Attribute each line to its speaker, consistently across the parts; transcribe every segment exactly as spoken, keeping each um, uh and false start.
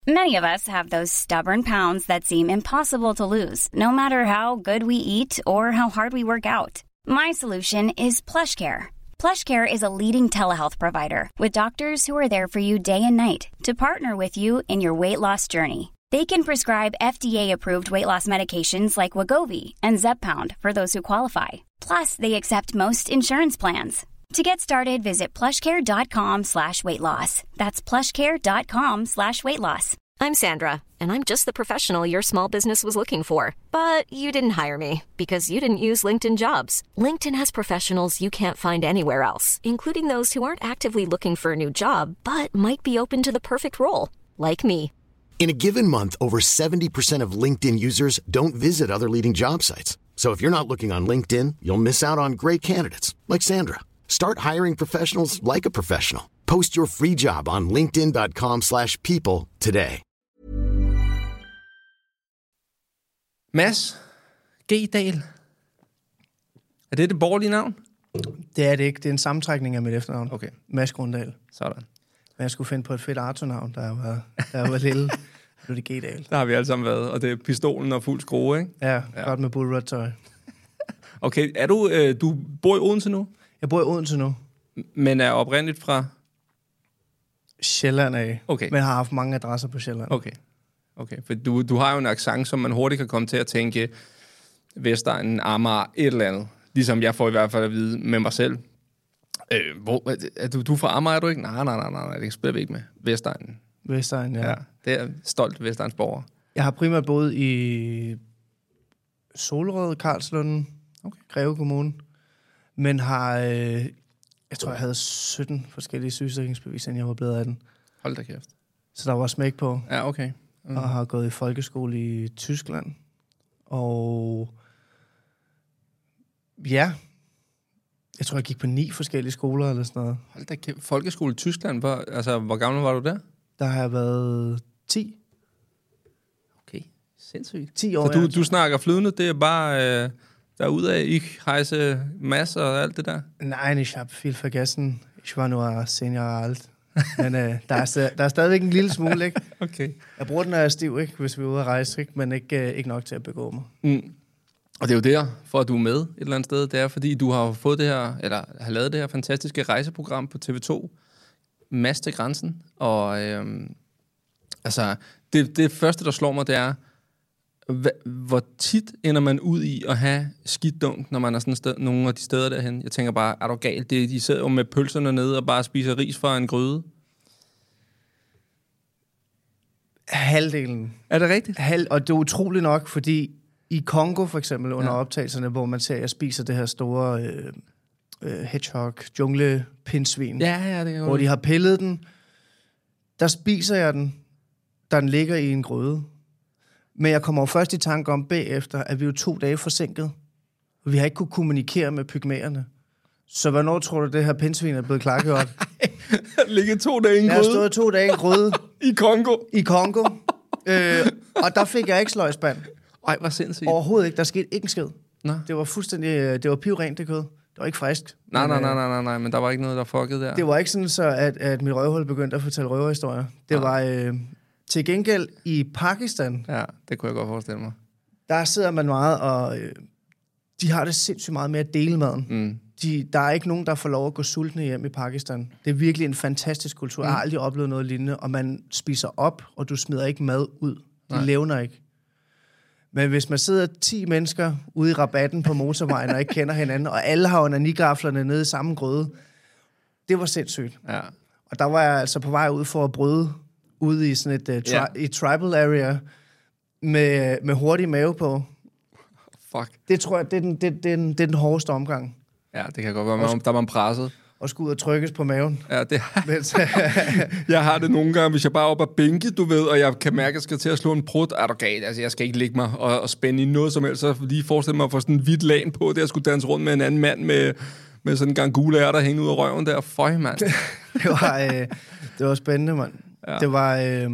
Speaker 1: Many of us have those stubborn pounds that seem impossible to lose, no matter how good we eat or how hard we work out. My solution is PlushCare. PlushCare is a leading telehealth provider with doctors who are there for you day and night to partner with you in your weight loss journey. They can prescribe F D A-approved weight loss medications like Wegovy and Zepbound for those who qualify. Plus, they accept most insurance plans. To get started, visit plushcare.com slash weight loss. That's plushcare.com slash weight loss.
Speaker 2: I'm Sandra, and I'm just the professional your small business was looking for. But you didn't hire me because you didn't use LinkedIn Jobs. LinkedIn has professionals you can't find anywhere else, including those who aren't actively looking for a new job, but might be open to the perfect role, like me.
Speaker 3: In a given month, over seventy percent of LinkedIn users don't visit other leading job sites. So if you're not looking on LinkedIn, you'll miss out on great candidates like Sandra. Start hiring professionals like a professional. Post your free job on linkedin.com slash people today.
Speaker 4: Mads G-Dahl. Er det det borgerlige navn?
Speaker 5: Det er det ikke. Det er en sammentrækning af mit efternavn.
Speaker 4: Okay.
Speaker 5: Mads Grundahl.
Speaker 4: Sådan.
Speaker 5: Men jeg skulle finde på et fedt Arto-navn, der var, der var lille. Nu er det G-Dahl.
Speaker 4: Der har vi alle sammen været, og det er pistolen og fuld skrue, ikke?
Speaker 5: Ja, ja. Godt med bullrut-tøj.
Speaker 4: Okay, er du, øh, du bor i Odense nu?
Speaker 5: Jeg bor i Odense nu.
Speaker 4: Men er oprindeligt fra?
Speaker 5: Sjælland af.
Speaker 4: Okay.
Speaker 5: Men har haft mange adresser på Sjælland.
Speaker 4: Okay. Okay, for du, du har jo en accent, som man hurtigt kan komme til at tænke Vestegnen, Amager, et eller andet. Ligesom jeg får i hvert fald at vide med mig selv. Øh, hvor, er du, du er fra Amager, er du ikke? Nej, nej, nej, nej, nej, det spiller vi ikke med. Vestegnen.
Speaker 5: Vestegnen, ja.
Speaker 4: Ja, det er stolt Vestegns borger.
Speaker 5: Jeg har primært boet i Solrød, Karlslunde, okay. Greve Kommune, men har, øh, jeg tror, jeg havde sytten forskellige sygesikringsbeviser, inden jeg var blevet atten.
Speaker 4: Hold da kæft.
Speaker 5: Så der var smæk på.
Speaker 4: Ja, okay. Mm.
Speaker 5: Og har gået i folkeskole i Tyskland. Og ja, jeg tror, jeg gik på ni forskellige skoler eller sådan noget.
Speaker 4: Hold da kæft. Folkeskole i Tyskland, hvor, altså, hvor gammel var du der?
Speaker 5: Der har jeg været ti.
Speaker 4: Okay, sindssygt.
Speaker 5: ti år.
Speaker 4: Så du, du snakker flydende, det er bare øh, derudad, ich heiße Mads og alt det der?
Speaker 5: Nein, ich habe viel vergessen. Ich war nur zehn Jahre alt. Men øh, der, er st- der er stadigvæk en lille smule, ikke?
Speaker 4: Okay.
Speaker 5: Jeg bruger den, når jeg er stiv, ikke? Hvis vi er ude at rejse, ikke? Men ikke, øh, ikke nok til at begå mig.
Speaker 4: Mm. Og det er jo der, for at du er med et eller andet sted, det er, fordi du har fået det her, eller har lavet det her fantastiske rejseprogram på T V to, Mads til grænsen. Og øhm, altså, det, det første, der slår mig, det er, hva- hvor tit ender man ud i at have skidt dunk, når man er sådan sted, nogle af de steder derhen. Jeg tænker bare, er du galt? Det, de sidder jo med pølserne nede og bare spiser ris fra en gryde.
Speaker 5: Halvdelen.
Speaker 4: Er det rigtigt?
Speaker 5: Halv, og det er utroligt nok, fordi i Kongo for eksempel, under
Speaker 4: Ja.
Speaker 5: optagelserne, hvor man ser, at jeg spiser det her store øh, øh, hedgehog, jungle-pindsvin,
Speaker 4: Ja, ja, det er jo...
Speaker 5: hvor de har pillet den, der spiser jeg den, da den ligger i en grøde. Men jeg kommer jo først i tanke om bagefter, at vi er jo to dage forsinket. Vi har ikke kunne kommunikere med pygmæerne. Så hvornår tror du, det her pindsvin er blevet klargjort?
Speaker 4: ligger to dage i en
Speaker 5: Jeg har
Speaker 4: gryde
Speaker 5: stået to dage i en grøde
Speaker 4: i Kongo.
Speaker 5: i Kongo, øh, og der fik jeg ikke sløjspand.
Speaker 4: Ej, hvor sindssygt.
Speaker 5: Overhovedet ikke. Der skete ikke en skid.
Speaker 4: Nå.
Speaker 5: Det var fuldstændig, det var pivrent, det kød. Det var ikke frisk.
Speaker 4: Nej,
Speaker 5: Men,
Speaker 4: nej, nej,
Speaker 5: øh,
Speaker 4: nej, nej, nej, men der var ikke noget, der fuckede der.
Speaker 5: Det var ikke sådan, så at, at mit røvhul begyndte at fortælle røverhistorier. Det
Speaker 4: Nej.
Speaker 5: var øh, til gengæld i Pakistan,
Speaker 4: Ja, det kunne jeg godt forestille mig.
Speaker 5: der sidder man meget, og øh, de har det sindssygt meget med at dele maden.
Speaker 4: Mm.
Speaker 5: De, der er ikke nogen, der får lov at gå sultne hjem i Pakistan. Det er virkelig en fantastisk kultur. Mm. Jeg har aldrig oplevet noget lignende, og man spiser op, og du smider ikke mad ud. De
Speaker 4: Nej.
Speaker 5: levner ikke. Men hvis man sidder ti mennesker ude i rabatten på motorvejen og ikke kender hinanden, og alle har onanigaflerne nede i samme grøde, det var sindssygt.
Speaker 4: Ja.
Speaker 5: Og der var jeg altså på vej ud for at bryde ude i sådan et uh, tri-
Speaker 4: Ja.
Speaker 5: i tribal area med, med hurtig mave på.
Speaker 4: Fuck.
Speaker 5: Det tror jeg, det er den, det, det er den, det er den hårdeste omgang.
Speaker 4: Ja, det kan godt være, man, der var man presset.
Speaker 5: Og skulle ud og trykkes på maven.
Speaker 4: Ja, det
Speaker 5: Mens,
Speaker 4: jeg har det nogle gange, hvis jeg bare er oppe at bænke, du ved, og jeg kan mærke, at jeg skal til at slå en prut. Er du galt? Altså, jeg skal ikke ligge mig og, og spænde i noget som helst. Så lige forestille mig at få sådan en hvidt lagen på, det jeg skulle danse rundt med en anden mand med, med sådan en gang gule ærter, der hængte ud af røven der. Føj, mand.
Speaker 5: det, var, øh, det var spændende, mand.
Speaker 4: Ja.
Speaker 5: Det var... Øh,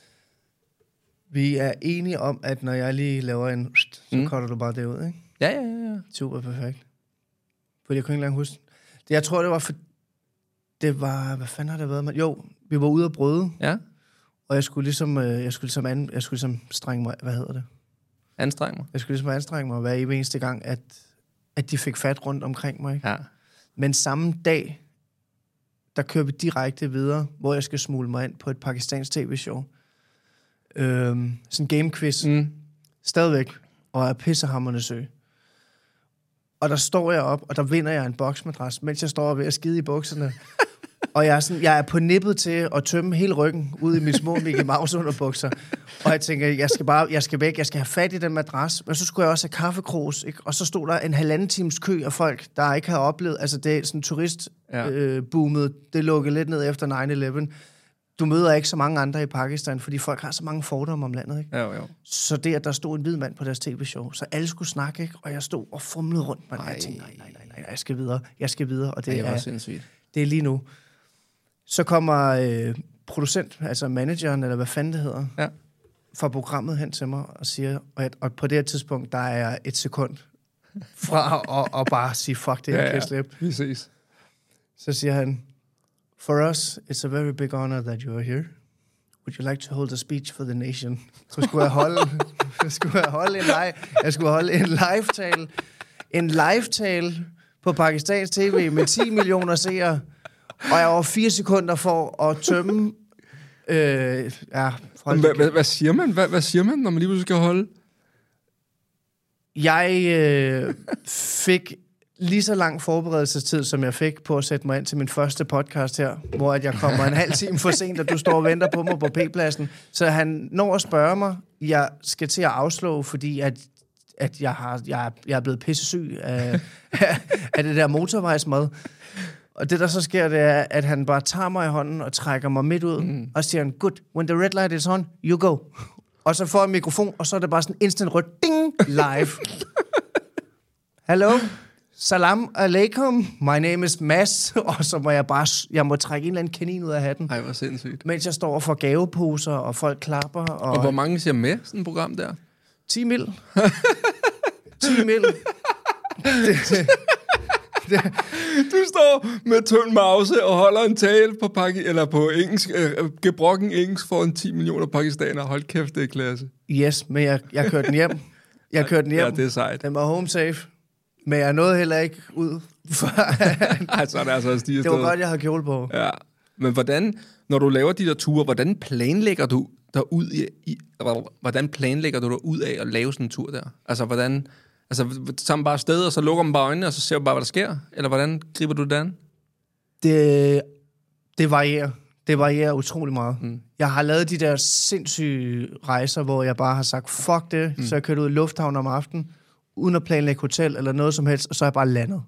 Speaker 5: vi er enige om, at når jeg lige laver en... Så
Speaker 4: Mm.
Speaker 5: cutter du bare det ud, ikke?
Speaker 4: Ja, ja, ja, ja.
Speaker 5: Super perfekt. Fordi jeg kunne ikke engang huske. Det, jeg tror, det var for... Det var... Hvad fanden har det været? Man? Jo, vi var ude at bryde.
Speaker 4: Ja.
Speaker 5: Og jeg skulle ligesom, øh, jeg skulle ligesom, an, jeg skulle ligesom strenge mig, hvad hedder det?
Speaker 4: Anstrenge mig.
Speaker 5: Jeg skulle ligesom anstrenge mig hver eneste gang, at, at de fik fat rundt omkring mig. Ikke?
Speaker 4: Ja.
Speaker 5: Men samme dag, der kører vi direkte videre, hvor jeg skal smule mig ind på et pakistansk tv-show. Øhm, sådan en gamequiz. Mm. Stadigvæk. Og er pissehammerende sø. Og der står jeg op, og der vinder jeg en boksmadras, mens jeg står ved at skide i bukserne. Og jeg er, sådan, jeg er på nippet til at tømme hele ryggen ud i mine små Mickey Mouse underbukser. Og jeg tænker, jeg skal bare, jeg skal væk, jeg skal have fat i den madras. Men så skulle jeg også have kaffekrus, ikke? Og så stod der en halvanden times kø af folk, der ikke havde oplevet, altså det er sådan turistboomet, ja. øh, det lukkede lidt ned efter nine eleven. Du møder ikke så mange andre i Pakistan, fordi folk har så mange fordomme om landet, ikke?
Speaker 4: Jo, jo.
Speaker 5: Så det, at der stod en hvid mand på deres tv-show, så alle skulle snakke, ikke? Og jeg stod og fumlede rundt, man. Jeg tænkte, nej, nej, nej, nej, jeg skal videre, jeg skal videre, og det,
Speaker 4: Ej, det
Speaker 5: er,
Speaker 4: sindssygt.
Speaker 5: det er lige nu. Så kommer øh, producent, altså manageren, eller hvad fanden det hedder,
Speaker 4: ja.
Speaker 5: fra programmet hen til mig og siger, og, jeg, og på det her tidspunkt, der er jeg et sekund fra at, at bare sige, fuck det, jeg
Speaker 4: ja,
Speaker 5: kan slippe.
Speaker 4: Vi ses.
Speaker 5: Så siger han, for us, it's a very big honor that you are here. Would you like to hold a speech for the nation? Så skulle jeg holde, jeg skulle holde en live, jeg skulle holde en live-tale, en live-tale på Pakistans tv med ti millioner seere, og jeg var fire sekunder for at tømme. Øh, ja,
Speaker 4: hvad, hvad, hvad siger man? Hvad, hvad siger man, når man lige pludselig skal holde?
Speaker 5: Jeg øh, fik lige så lang forberedelsestid, som jeg fik på at sætte mig ind til min første podcast her, hvor at jeg kommer en halv time for sent, og du står og venter på mig på P-pladsen. Så han når at spørge mig, jeg skal til at afslå, fordi at, at jeg, har, jeg, jeg er blevet pissesyg af, af det der motorvejsmad. Og det, der så sker, det er, at han bare tager mig i hånden og trækker mig midt ud, mm. og siger han, good, when the red light is on, you go. Og så får jeg en mikrofon, og så er det bare sådan instant rødt, ding, live. Hello, salam alaikum, my name is Mads, og så må jeg bare, jeg må trække en eller anden kanin ud af hatten.
Speaker 4: Ej, hvor sindssygt.
Speaker 5: Mens jeg står og får gaveposer, og folk klapper. Og,
Speaker 4: og hvor mange ser med sådan et program der?
Speaker 5: ti mil. ti mil. det, det, det.
Speaker 4: Du står med tynd mause og holder en tale på, Paki- eller på engelsk, øh, gebrokken engelsk for en ti millioner pakistanere. Hold kæft, det er klasse.
Speaker 5: Yes, men jeg, jeg kørte den hjem. Jeg kørte den hjem.
Speaker 4: Ja, det er sejt.
Speaker 5: Den var home safe. Men jeg nåede heller ikke ud.
Speaker 4: Ej, så er det altså stige
Speaker 5: Det var godt, jeg havde kjole på.
Speaker 4: Ja. Men hvordan, når du laver de der ture, hvordan planlægger du dig ud i, i hvordan planlægger du dig ud af at lave sådan en tur der? Altså, hvordan, altså, tager man bare afsted, og så lukker man bare øjnene, og så ser man bare, hvad der sker? Eller hvordan griber du det an?
Speaker 5: Det, det varierer. Det varierer utrolig meget. Mm. Jeg har lavet de der sindssyge rejser, hvor jeg bare har sagt, fuck det, mm. så jeg kørte ud i lufthavnen om aftenen, uden at planlægge hotel eller noget som helst, og så er jeg bare landet.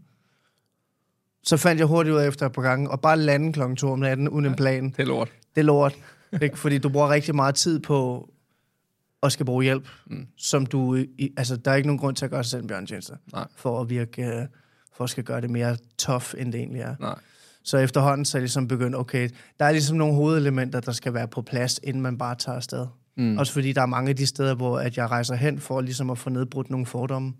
Speaker 5: Så fandt jeg hurtigt ud af efter et par gange, og bare lande klokken to om natten, uden ja, en plan.
Speaker 4: Det er lort.
Speaker 5: Det er lort. Ikke? Fordi du bruger rigtig meget tid på at skal bruge hjælp, mm. som du... I, altså, der er ikke nogen grund til at gøre sig selv en bjørntjeneste, for at virke... For at skal gøre det mere tough, end det egentlig er.
Speaker 4: Nej.
Speaker 5: Så efterhånden så er det ligesom begyndt, okay, der er ligesom nogle hovedelementer, der skal være på plads, inden man bare tager afsted. Mm. Også fordi der er mange af de steder, hvor at jeg rejser hen for ligesom at få nedbrudt nogle fordomme.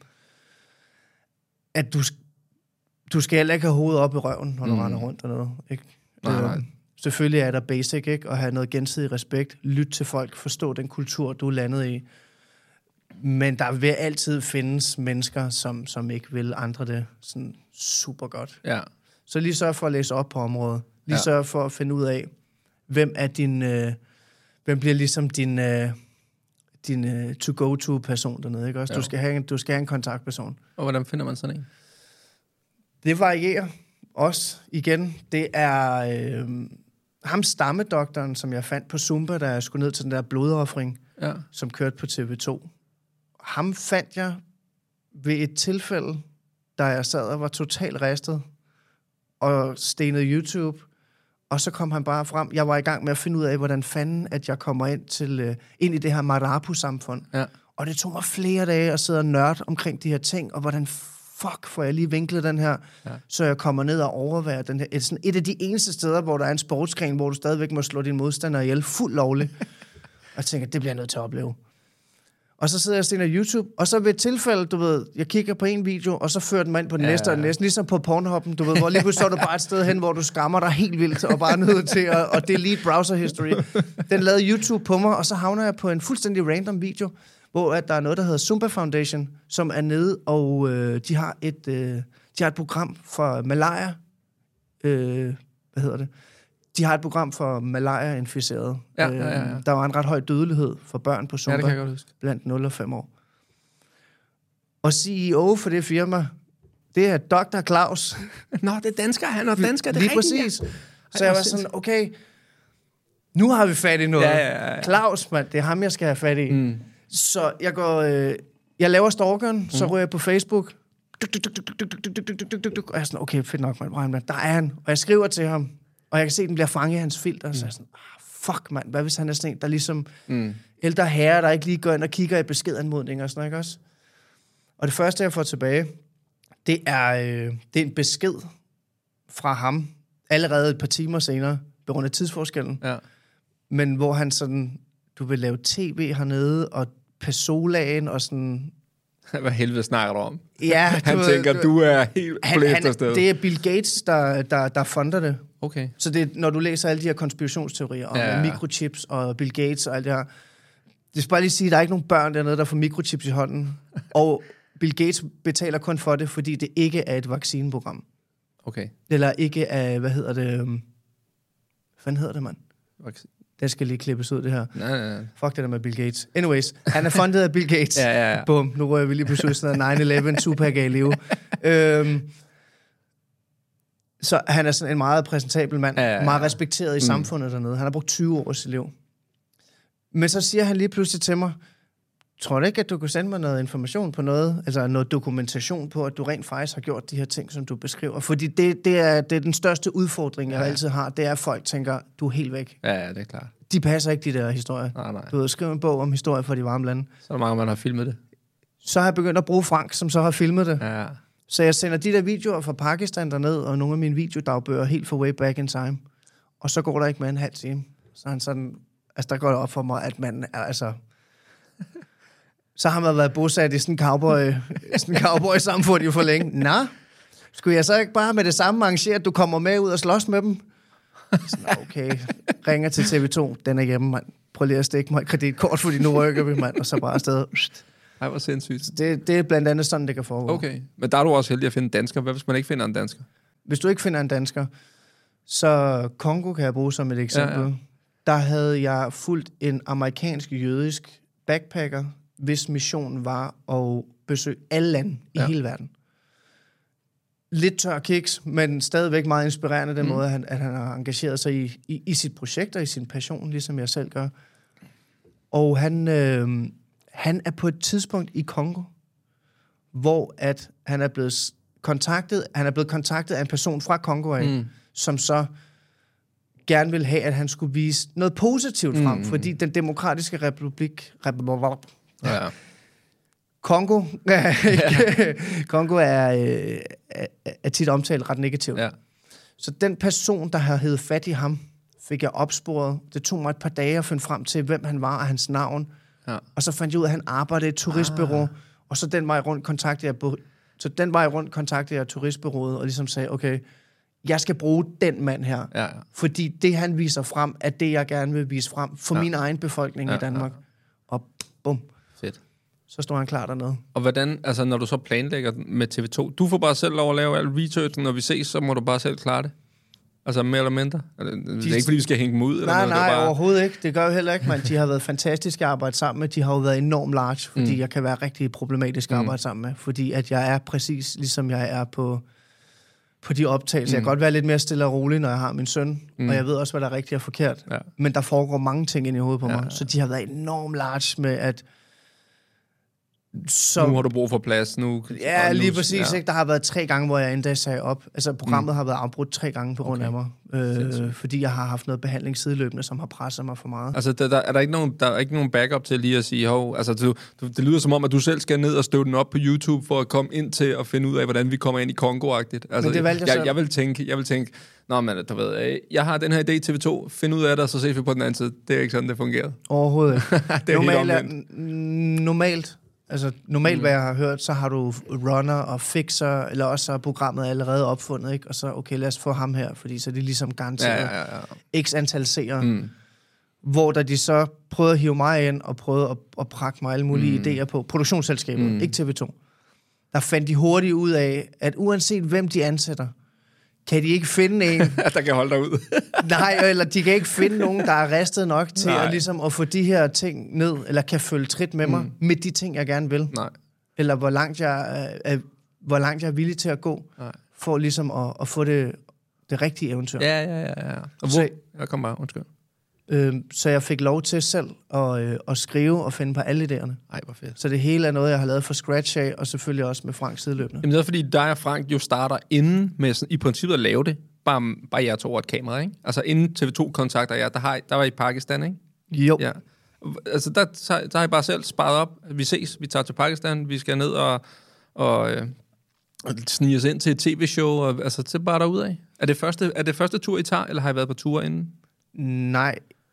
Speaker 5: At du, du skal heller ikke have hovedet op i røven, når du mm. render rundt dernede. Ikke?
Speaker 4: Nej, nej.
Speaker 5: Selvfølgelig er der basic, ikke? At have noget gensidig respekt, lytte til folk, forstå den kultur, du er landet i. Men der vil altid findes mennesker, som, som ikke vil andre det sådan super godt.
Speaker 4: Ja.
Speaker 5: Så lige sørg for at læse op på området. Lige
Speaker 4: ja.
Speaker 5: sørg for at finde ud af, hvem er din... Øh, hvem bliver ligesom din, øh, din øh, to-go-to-person dernede, ikke også? Du skal, have en, du skal have en kontaktperson.
Speaker 4: Og hvordan finder man sådan en?
Speaker 5: Det varierer også igen. Det er øh, ham stammedoktoren, som jeg fandt på Zumba, da jeg skulle ned til den der blodoffring, ja. som kørte på T V to. Ham fandt jeg ved et tilfælde, da jeg sad og var totalt ristet og stenede YouTube, og så kom han bare frem. Jeg var i gang med at finde ud af, hvordan fanden, at jeg kommer ind, til, uh, ind i det her Marapu-samfund. Ja. Og det tog mig flere dage at sidde og nørde omkring de her ting, og hvordan fuck får jeg lige vinklet den her, ja. så jeg kommer ned og overværer den her. Et, sådan et af de eneste steder, hvor der er en sportsgren, hvor du stadigvæk må slå din modstander ihjel, fuldt lovligt. Og jeg tænker, det bliver jeg nødt til at opleve. Og så sidder jeg og ser YouTube, og så ved et tilfælde, du ved, jeg kigger på en video, og så fører den mig ind på den ja. næste og den næste, ligesom på Pornhub'en, du ved, hvor lige pludselig står du bare et sted hen, hvor du skammer dig helt vildt, og bare nødt til at og delete browser history. Den lavede YouTube på mig, og så havner jeg på en fuldstændig random video, hvor at der er noget, der hedder Zumba Foundation, som er nede, og øh, de, har et, øh, de har et program for malaria. Øh, hvad hedder det? De har et program for malaria-inficerede.
Speaker 4: Ja, ja, ja, ja.
Speaker 5: Der var en ret høj dødelighed for børn på Zumba,
Speaker 4: ja, det kan jeg godt huske.
Speaker 5: Blandt nul og fem år. Og C E O for det firma, det er doktor Claus.
Speaker 4: Nå, det er dansker, han er dansker, det er
Speaker 5: lige
Speaker 4: rigtigt,
Speaker 5: præcis.
Speaker 4: Ja.
Speaker 5: Så jeg var sådan, okay, nu har vi fat i noget.
Speaker 4: Ja, ja, ja. Claus,
Speaker 5: mand, det er ham, jeg skal have fat i.
Speaker 4: Mm.
Speaker 5: Så jeg går, øh, jeg laver stalkeren, mm. så ryger jeg på Facebook. Duk, duk, duk, duk, duk, duk, duk, duk, duk, duk. Og jeg er sådan, okay, fedt nok, mand, der er han. Og jeg skriver til ham, og jeg kan se, at den bliver fanget i hans filter. Mm. Så jeg er sådan, ah, fuck, mand, hvad hvis han er sådan en, der ligesom mm. ældre herre, der ikke lige går ind og kigger i beskedanmodninger og sådan noget, ikke også? Og det første, jeg får tilbage, det er, øh, det er en besked fra ham, allerede et par timer senere, på grund af tidsforskellen. Ja. Men hvor han sådan, du vil lave tv hernede, og persolagen og sådan...
Speaker 4: Hvad helvede snakker du om?
Speaker 5: Ja,
Speaker 4: han
Speaker 5: du,
Speaker 4: tænker,
Speaker 5: du,
Speaker 4: du er helt blæst afsted.
Speaker 5: Det er Bill Gates, der, der, der funder det.
Speaker 4: Okay.
Speaker 5: Så det, når du læser alle de her konspirationsteorier om ja, ja. mikrochips og Bill Gates og alt det her, det skal bare lige sige, at der er ikke nogen børn dernede, der får mikrochips i hånden. Og Bill Gates betaler kun for det, fordi det ikke er et vaccineprogram.
Speaker 4: Okay.
Speaker 5: Eller ikke er, hvad hedder det... Hvad fanden hedder det, mand?
Speaker 4: Vaccine.
Speaker 5: Det skal lige klippes ud, det her.
Speaker 4: Nej, nej, nej.
Speaker 5: Fuck det der med Bill Gates. Anyways, han er fundet af Bill Gates.
Speaker 4: ja, ja, ja.
Speaker 5: Bum, nu rører vi lige på sådan af nine eleven, Tupac er i live. øhm, så han er sådan en meget præsentabel mand, ja, ja, ja. meget respekteret i mm. samfundet dernede. Han har brugt tyve år i sit liv. Men så siger han lige pludselig til mig, tror du ikke, at du kunne sende mig noget information på noget, altså noget dokumentation på, at du rent faktisk har gjort de her ting, som du beskriver? Fordi det, det, er, det er den største udfordring, jeg ja. altid har, det er, at folk tænker, du er helt væk.
Speaker 4: Ja, ja, det er klart.
Speaker 5: De passer ikke, de der historier.
Speaker 4: Nej, nej.
Speaker 5: Du ved, skrive en bog om historier fra de varme lande.
Speaker 4: Så er der mange, man har filmet det.
Speaker 5: Så har jeg begyndt at bruge Frank, som så har filmet det.
Speaker 4: Ja.
Speaker 5: Så jeg sender de der videoer fra Pakistan derned, og nogle af mine videodagbøger helt for way back in time. Og så går der ikke med en halv time. Så han sådan, altså der går det op for mig, at man er altså... Så har man været bosat i sådan en cowboy, sådan en cowboy-samfund jo for længe. Nå, skulle jeg så ikke bare med det samme arrangere, at du kommer med ud og slås med dem? Sådan, okay, ringer til T V to, den er hjemme, mand. Prøv lige at stikke mig et kreditkort, fordi nu rykker vi, mand, og så bare afsted.
Speaker 4: Ej, hvor sindssygt.
Speaker 5: Det, det er blandt andet sådan, det kan foregå.
Speaker 4: Okay, men der er du også heldig at finde en dansker. Hvad hvis man ikke finder en dansker?
Speaker 5: Hvis du ikke finder en dansker, så Kongo kan jeg bruge som et eksempel. Ja, ja. Der havde jeg fulgt en amerikansk-jødisk backpacker, hvis mission var at besøge alle lande i ja. hele verden. Lidt tør kiks, men stadigvæk meget inspirerende den mm. måde, at han, at han har engageret sig i, i, i sit projekt og i sin passion, ligesom jeg selv gør. Og han, øh, han er på et tidspunkt i Kongo, hvor at han er blevet kontaktet, han er blevet kontaktet af en person fra Kongo af, mm. som så gerne vil have, at han skulle vise noget positivt frem, mm. fordi den demokratiske republik... republik
Speaker 4: ja.
Speaker 5: Kongo, Kongo er, øh, er, er tit omtalt ret negativt. Ja. Så den person, der havde heddet fat i ham, fik jeg opsporet. Det tog mig et par dage at finde frem til, hvem han var og hans navn. Ja. Og så fandt jeg ud af, at han arbejdede i et turistbureau. Ah. Og så den vej rundt kontaktede jeg, så den vej rundt kontaktede jeg turistbureauet og ligesom sagde, okay, jeg skal bruge den mand her. Ja. Fordi det, han viser frem, er det, jeg gerne vil vise frem for ja. min egen befolkning ja, i Danmark. Ja. Og bum.
Speaker 4: Fedt.
Speaker 5: Så står han klar dernede. Og
Speaker 4: hvordan, altså når du så planlægger med T V to, du får bare selv lov at lave al researchen, når vi ses, så må du bare selv klare det? Altså mere eller mindre? Altså, det er de, ikke, fordi vi skal hænge dem ud?
Speaker 5: Nej,
Speaker 4: eller noget,
Speaker 5: nej,
Speaker 4: bare...
Speaker 5: overhovedet ikke. Det gør jo heller ikke, man. De har været fantastiske at arbejde sammen med. De har jo været enormt large, fordi mm. jeg kan være rigtig problematisk at arbejde mm. sammen med. Fordi at jeg er præcis ligesom jeg er på, på de optagelser. Mm. Jeg kan godt være lidt mere stille og rolig, når jeg har min søn. Mm. Og jeg ved også, hvad der er rigtigt og forkert. Ja. Men der foregår mange ting ind i hovedet på ja, mig. Ja. Så de har været enormt large med at... Så,
Speaker 4: nu har du brug for plads. Nu,
Speaker 5: ja, lige præcis.
Speaker 4: Ja.
Speaker 5: Ikke? Der har været tre gange, hvor jeg endda sagde op. Altså, programmet mm. har været afbrudt tre gange på grund okay. af mig. Øh, fordi jeg har haft noget behandling sideløbende, som har presset mig for meget.
Speaker 4: Altså, der, der, er der ikke nogen, der er ikke nogen backup til lige at sige, hov, altså, du, du, det lyder som om, at du selv skal ned og støve den op på YouTube, for at komme ind til at finde ud af, hvordan vi kommer ind i Kongo-agtigt. Altså,
Speaker 5: men det valgte jeg,
Speaker 4: jeg, jeg, vil tænke, jeg vil tænke, nå, men du ved, jeg har den her idé T V to, find ud af det, og så ses vi på den anden side. Det er ikke sådan, det fungerer.
Speaker 5: Overhovedet ikke.
Speaker 4: Det er
Speaker 5: normalt,
Speaker 4: helt
Speaker 5: er, normalt, altså normalt, mm. hvad jeg har hørt, så har du runner og fixer, eller også så er programmet allerede opfundet, ikke? Og så, okay, lad os få ham her, fordi så er de ligesom garanteret
Speaker 4: ja, ja, ja.
Speaker 5: x antal seere.
Speaker 4: Mm.
Speaker 5: Hvor da de så prøvede at hive mig ind, og prøvede at, at prakke mig alle mulige mm. idéer på produktionsselskabet, mm. ikke T V to. Der fandt de hurtigt ud af, at uanset hvem de ansætter, kan de ikke finde en...
Speaker 4: der kan holde dig ud.
Speaker 5: Nej, eller de kan ikke finde nogen, der er ristet nok til at, ligesom, at få de her ting ned, eller kan følge trit med mig, mm. med de ting, jeg gerne vil.
Speaker 4: Nej.
Speaker 5: Eller hvor langt jeg er, hvor langt jeg er villig til at gå, Nej. for ligesom at, at få det, det rigtige eventyr.
Speaker 4: Ja, ja, ja. ja. Og hvor...
Speaker 5: Så,
Speaker 4: jeg kom bare, undskyld.
Speaker 5: Øh, så jeg fik lov til selv at, øh, at skrive og finde på alle idéerne.
Speaker 4: Ej, hvor fedt.
Speaker 5: Så det hele er noget, jeg har lavet fra scratch af, og selvfølgelig også med Frank sideløbende.
Speaker 4: Jamen det er fordi dig og Frank jo starter inden med sådan, i princippet at lave det. Bare, bare jer to og et kamera, ikke? Altså inden T V to kontakter jer, der, har, der var I Pakistan, ikke?
Speaker 5: Jo.
Speaker 4: Ja. Altså der, der har I bare selv sparet op. Vi ses, vi tager til Pakistan, vi skal ned og, og, øh, og snige os ind til et tv-show, og altså det er bare derudad. Er det første, er det første tur, I tager, eller har I været på tur inden?
Speaker 5: Nej.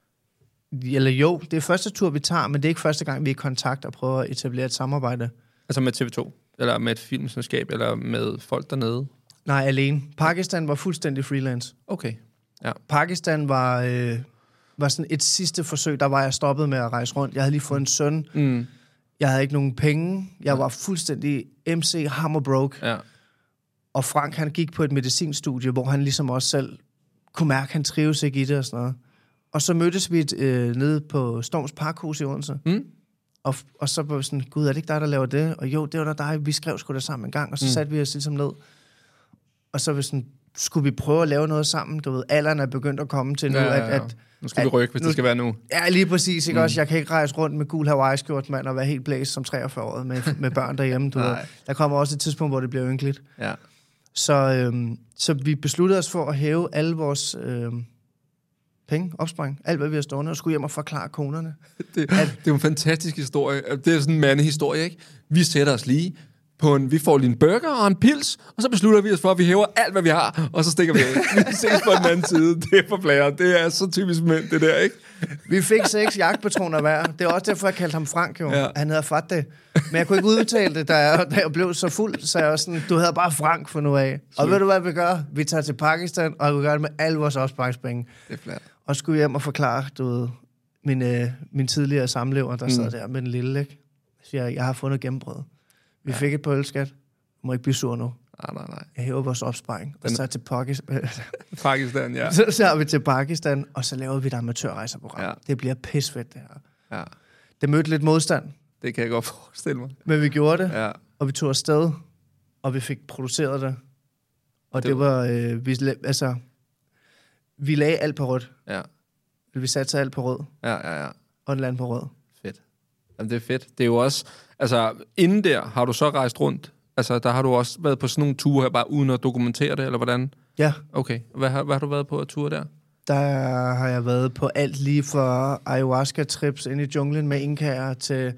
Speaker 5: Eller jo, det er første tur, vi tager, men det er ikke første gang, vi er i kontakt og prøver at etablere et samarbejde.
Speaker 4: Altså med T V to? Eller med et filmselskab, eller med folk dernede?
Speaker 5: Nej, alene. Pakistan var fuldstændig freelance.
Speaker 4: Okay, ja.
Speaker 5: Pakistan var, øh, var sådan et sidste forsøg, der var jeg stoppet med at rejse rundt. Jeg havde lige fået en søn. Mm. Jeg havde ikke nogen penge. Jeg ja. var fuldstændig M C hammer broke.
Speaker 4: Ja.
Speaker 5: Og Frank, han gik på et medicinstudie, hvor han ligesom også selv kunne mærke, at han trives ikke i det og sådan noget. Og så mødtes vi øh, nede på Storms Parkhus i Odense. Mm. Og, og så var vi sådan, gud, er det ikke dig, der laver det? Og jo, det var da dig. Vi skrev sgu da sammen en gang. Og så mm. satte vi os ligesom ned. Og så var sådan, skulle vi prøve at lave noget sammen? Du ved, alderen er begyndt at komme til nu, ja, ja, ja. At, at...
Speaker 4: Nu skal at, vi rykke, hvis nu, det skal være nu.
Speaker 5: Ja, lige præcis. Ikke mm. også? Jeg kan ikke rejse rundt med gul Hawaii-skjort, mand, og være helt blæst som treogfyrre-årig med, med børn derhjemme. Du ved. Der kommer også et tidspunkt, hvor det bliver ynkeligt.
Speaker 4: Ja.
Speaker 5: Så, øhm, så vi besluttede os for at hæve alle vores... Øhm, penge, opspring, alt hvad vi har stående, og skulle hjem og forklare konerne.
Speaker 4: Det, at, det er jo en fantastisk historie. Det er sådan en mandehistorie, ikke? Vi sætter os lige på en, vi får lige en burger og en pils, og så beslutter vi os for, at vi hæver alt, hvad vi har, og så stikker vi af. Vi ses på den anden side. Det er for blære. Det er så typisk mænd, det der, ikke?
Speaker 5: Vi fik seks jagtpatroner hver. Det er også derfor, jeg kaldte ham Frank, jo. Ja. Han havde fat det. Men jeg kunne ikke udtale det, da jeg, da jeg blev så fuld, så jeg var sådan, du hedder bare Frank for nu af. Og ved du, hvad vi gør? Vi tager til Pakistan, og vi gør det med alle vores opsparingspenge. Det er flat. Og skulle hjem og forklare, du ved, min, øh, min tidligere samlever, der mm. sad der med den lille, ikke? Så jeg, jeg har fundet gennembrud. Vi ja. fik et på ølskat. Må ikke blive sur nu.
Speaker 4: Nej, nej, nej.
Speaker 5: Jeg hæver vores opsparing. Og så til Pakistan.
Speaker 4: Pakistan, ja.
Speaker 5: Så, så er vi til Pakistan, og så laver vi et amatørrejseprogram. Ja. Det bliver pisfedt, det her. Ja. Det mødte lidt modstand.
Speaker 4: Det kan jeg godt forestille mig.
Speaker 5: Men vi gjorde det,
Speaker 4: ja.
Speaker 5: og vi tog afsted, og vi fik produceret det. Og det, det var, øh, vi, altså, vi lagde alt på rødt.
Speaker 4: Ja.
Speaker 5: Vi satte alt på rød.
Speaker 4: Ja, ja, ja.
Speaker 5: Og en land på rød.
Speaker 4: Fedt. Jamen, det er fedt. Det er jo også, altså, inden der har du så rejst rundt. Altså, der har du også været på sådan nogle ture her, bare uden at dokumentere det, eller hvordan?
Speaker 5: Ja.
Speaker 4: Okay. Hvad har, hvad har du været på at ture der?
Speaker 5: Der har jeg været på alt lige fra ayahuasca-trips ind i junglen med inkaer, til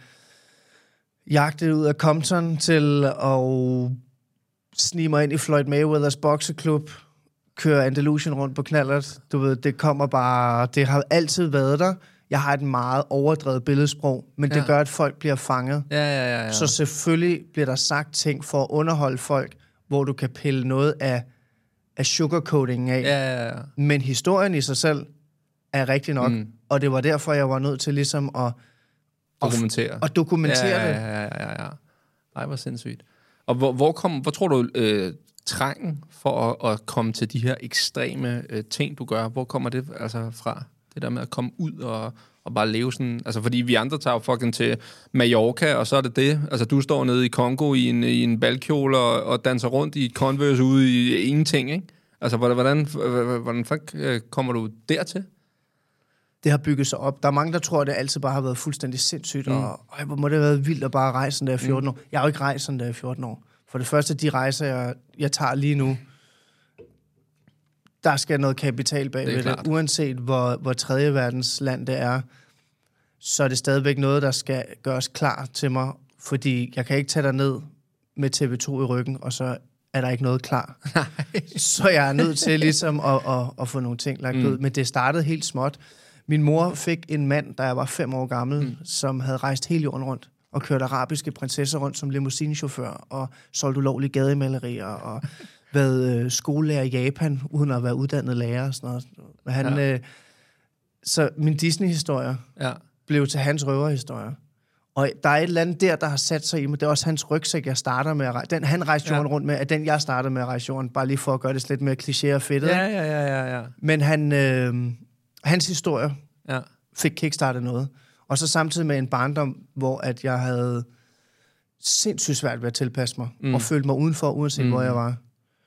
Speaker 5: jagtet ud af Compton, til at snige mig ind i Floyd Mayweathers bokseklub, køre Andalusien rundt på knallert. Du ved, det kommer bare... Det har altid været der. Jeg har et meget overdrevet billedsprog, men ja. det gør, at folk bliver fanget.
Speaker 4: Ja, ja, ja, ja.
Speaker 5: Så selvfølgelig bliver der sagt ting for at underholde folk, hvor du kan pille noget af, af sugarcoatingen af.
Speaker 4: Ja, ja, ja.
Speaker 5: Men historien i sig selv er rigtig nok. Mm. Og det var derfor, jeg var nødt til ligesom at...
Speaker 4: Dokumentere.
Speaker 5: At, at dokumentere
Speaker 4: ja, ja,
Speaker 5: det.
Speaker 4: Ja, ja, ja, ja. Ej, hvor sindssygt. Og hvor, hvor, kom, hvor tror du, øh, trængen for at, at komme til de her ekstreme øh, ting, du gør, hvor kommer det altså fra? Det der med at komme ud og, og bare leve sådan... Altså, fordi vi andre tager jo fucking til Mallorca, og så er det det. Altså, du står nede i Kongo i en, i en balkjole og, og danser rundt i et Converse ude i ingenting, ikke? Altså, hvordan, hvordan, hvordan fuck kommer du dertil?
Speaker 5: det har bygget sig op. Der er mange, der tror, at det altid bare har været fuldstændig sindssygt, mm. og øj, hvor må det have været vildt at bare rejse sådan der i fjorten mm. år. Jeg har jo ikke rejst sådan der i fjorten år. For det første, de rejser, jeg, jeg tager lige nu, der skal noget kapital bag ved det. Uanset hvor, hvor tredje verdens land det er, så er det stadigvæk noget, der skal gøres klar til mig, fordi jeg kan ikke tage dig ned med T V to i ryggen, og så er der ikke noget klar. Så jeg er nødt til ligesom at, at, at få nogle ting lagt mm. ud. Men det startede helt småt. Min mor fik en mand, da jeg var fem år gammel, mm. som havde rejst hele jorden rundt og kørt arabiske prinsesser rundt som limousinechauffør og solgt ulovlige gademalerier og været øh, skolelærer i Japan, uden at være uddannet lærer og sådan noget. Han, ja. øh, så min Disney-historie ja. blev til hans røverhistorie. Og der er et eller andet der, der har sat sig i mig. Det er også hans rygsæk, jeg starter med at rejse. Den, han rejste jorden ja. rundt med, er den, jeg startede med at rejse jorden. Bare lige for at gøre det lidt mere kliché og fedtet.
Speaker 4: Ja, ja, ja, ja, ja.
Speaker 5: Men han, øh, hans historie ja. fik kickstartet noget. Og så samtidig med en barndom, hvor at jeg havde sindssygt svært ved at tilpasse mig. Mm. Og følte mig udenfor, uanset mm. hvor jeg var.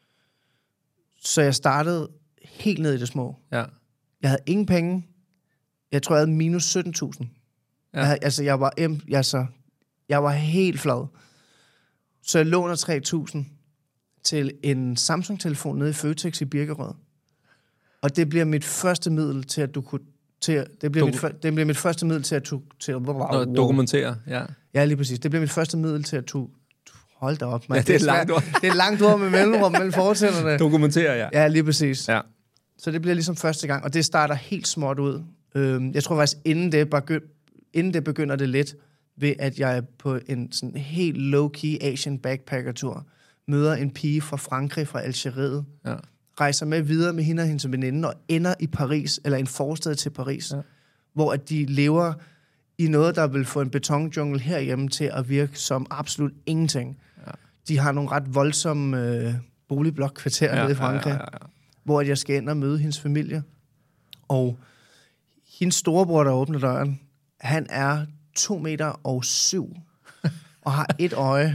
Speaker 5: Så jeg startede helt ned i det små. Ja. Jeg havde ingen penge. Jeg tror, jeg havde minus sytten tusind. Ja. Jeg, altså, jeg var, altså, jeg var helt flad. Så jeg låner tre tusind til en Samsung-telefon nede i Føtex i Birkerød. Og det bliver mit første middel til, at du kunne... Til, det, bliver Doku- mit, det bliver mit første middel til, at du... Til,
Speaker 4: wow, Nå, dokumentere, ja.
Speaker 5: Ja, lige præcis. Det bliver mit første middel til, at du... Hold da op, man.
Speaker 4: Ja, det er, det er langt ord.
Speaker 5: Det er langt ord med mellemrum mellem fortænderne.
Speaker 4: Dokumentere, ja.
Speaker 5: Ja, lige præcis.
Speaker 4: Ja.
Speaker 5: Så det bliver ligesom første gang, og det starter helt småt ud. Øhm, jeg tror faktisk, inden det, bare, inden det begynder det lidt, ved at jeg er på en sådan helt low-key Asian backpacker-tur, møder en pige fra Frankrig, fra Algeriet, ja. rejser med videre med hende og hendes veninde, og ender i Paris, eller en forstad til Paris, ja. hvor at de lever i noget, der vil få en betonjungle herhjemme til at virke som absolut ingenting. Ja. De har nogle ret voldsomme øh, boligblok-kvarterer ja, nede i Frankrig, ja, ja, ja. hvor jeg skal ind og møde hendes familie. Og hendes storebror, der åbner døren, han er to meter og syv, og har et øje.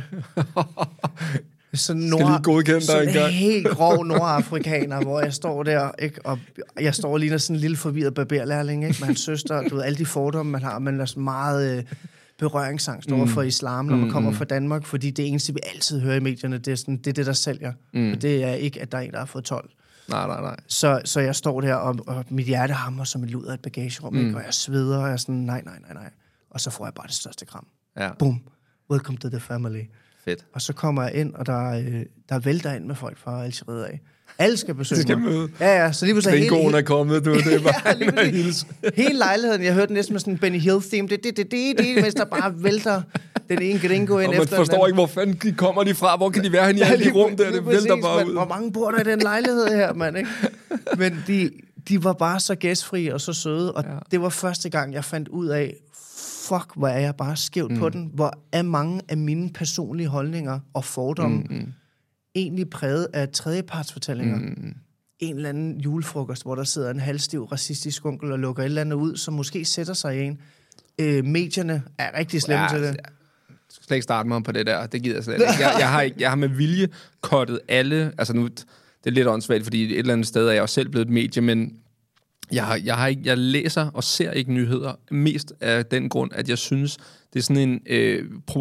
Speaker 5: Så nord,
Speaker 4: skal lige godkende dig en gang.
Speaker 5: Helt grov nordafrikaner, hvor jeg står der, ikke? Og jeg står lige sådan en lille forvirret barberlærling, ikke? Med hans søster, du ved, alle de fordomme, man har, man er så meget øh, berøringsangst over for islam, når man kommer fra Danmark, fordi det eneste, vi altid hører i medierne, det er, sådan, det, er det, der sælger. Mm. Og det er ikke, at der er en, der har fået tolv.
Speaker 4: Nej, nej, nej.
Speaker 5: Så, så jeg står der, og, og mit hjerte hammer som et luder af et bagagerum, mm. ikke? Og jeg sveder, og jeg er sådan, nej, nej, nej, nej. Og så får jeg bare det største kram. Ja. Boom. Welcome to the family.
Speaker 4: Fedt.
Speaker 5: Og så kommer jeg ind, og der, øh, der vælter ind med folk fra Algeriet af. Alle skal besøge
Speaker 4: skal
Speaker 5: mig.
Speaker 4: Møde.
Speaker 5: Ja, ja. Så lige pludselig hele...
Speaker 4: Gringoen er kommet, du. Det er bare
Speaker 5: ja, hils. Hele lejligheden, jeg hørte næsten med sådan en Benny Hill-theme, det, det, det, det, det, mens der bare vælter den ene gringo ind
Speaker 4: efter
Speaker 5: den
Speaker 4: man forstår ikke, hvor fanden de kommer de fra. Hvor kan de være henne i alle de rum der? Det
Speaker 5: præcis,
Speaker 4: vælter bare
Speaker 5: man,
Speaker 4: ud.
Speaker 5: Hvor mange bor der i den lejlighed her, mand, ikke? Men de, de var bare så gæstfrie og så søde, og ja. det var første gang, jeg fandt ud af, fuck, hvor er jeg bare skævt mm. på den. Hvor er mange af mine personlige holdninger og fordomme mm, mm. egentlig præget af tredjepartsfortællinger. Mm. En eller anden julefrokost, hvor der sidder en halvstiv racistisk onkel og lukker et eller andet ud, som måske sætter sig i en. Øh, medierne er rigtig slemme ja, til det. Jeg
Speaker 4: skal slet ikke starte mig på det der. Det gider jeg slet ikke. Jeg, jeg, har, ikke, jeg har med vilje kottet alle... Altså nu, det er lidt åndssvagt, fordi et eller andet sted er jeg jo selv blevet et medie, men Jeg, har, jeg, har ikke, jeg læser og ser ikke nyheder, mest af den grund, at jeg synes, det er sådan en øh,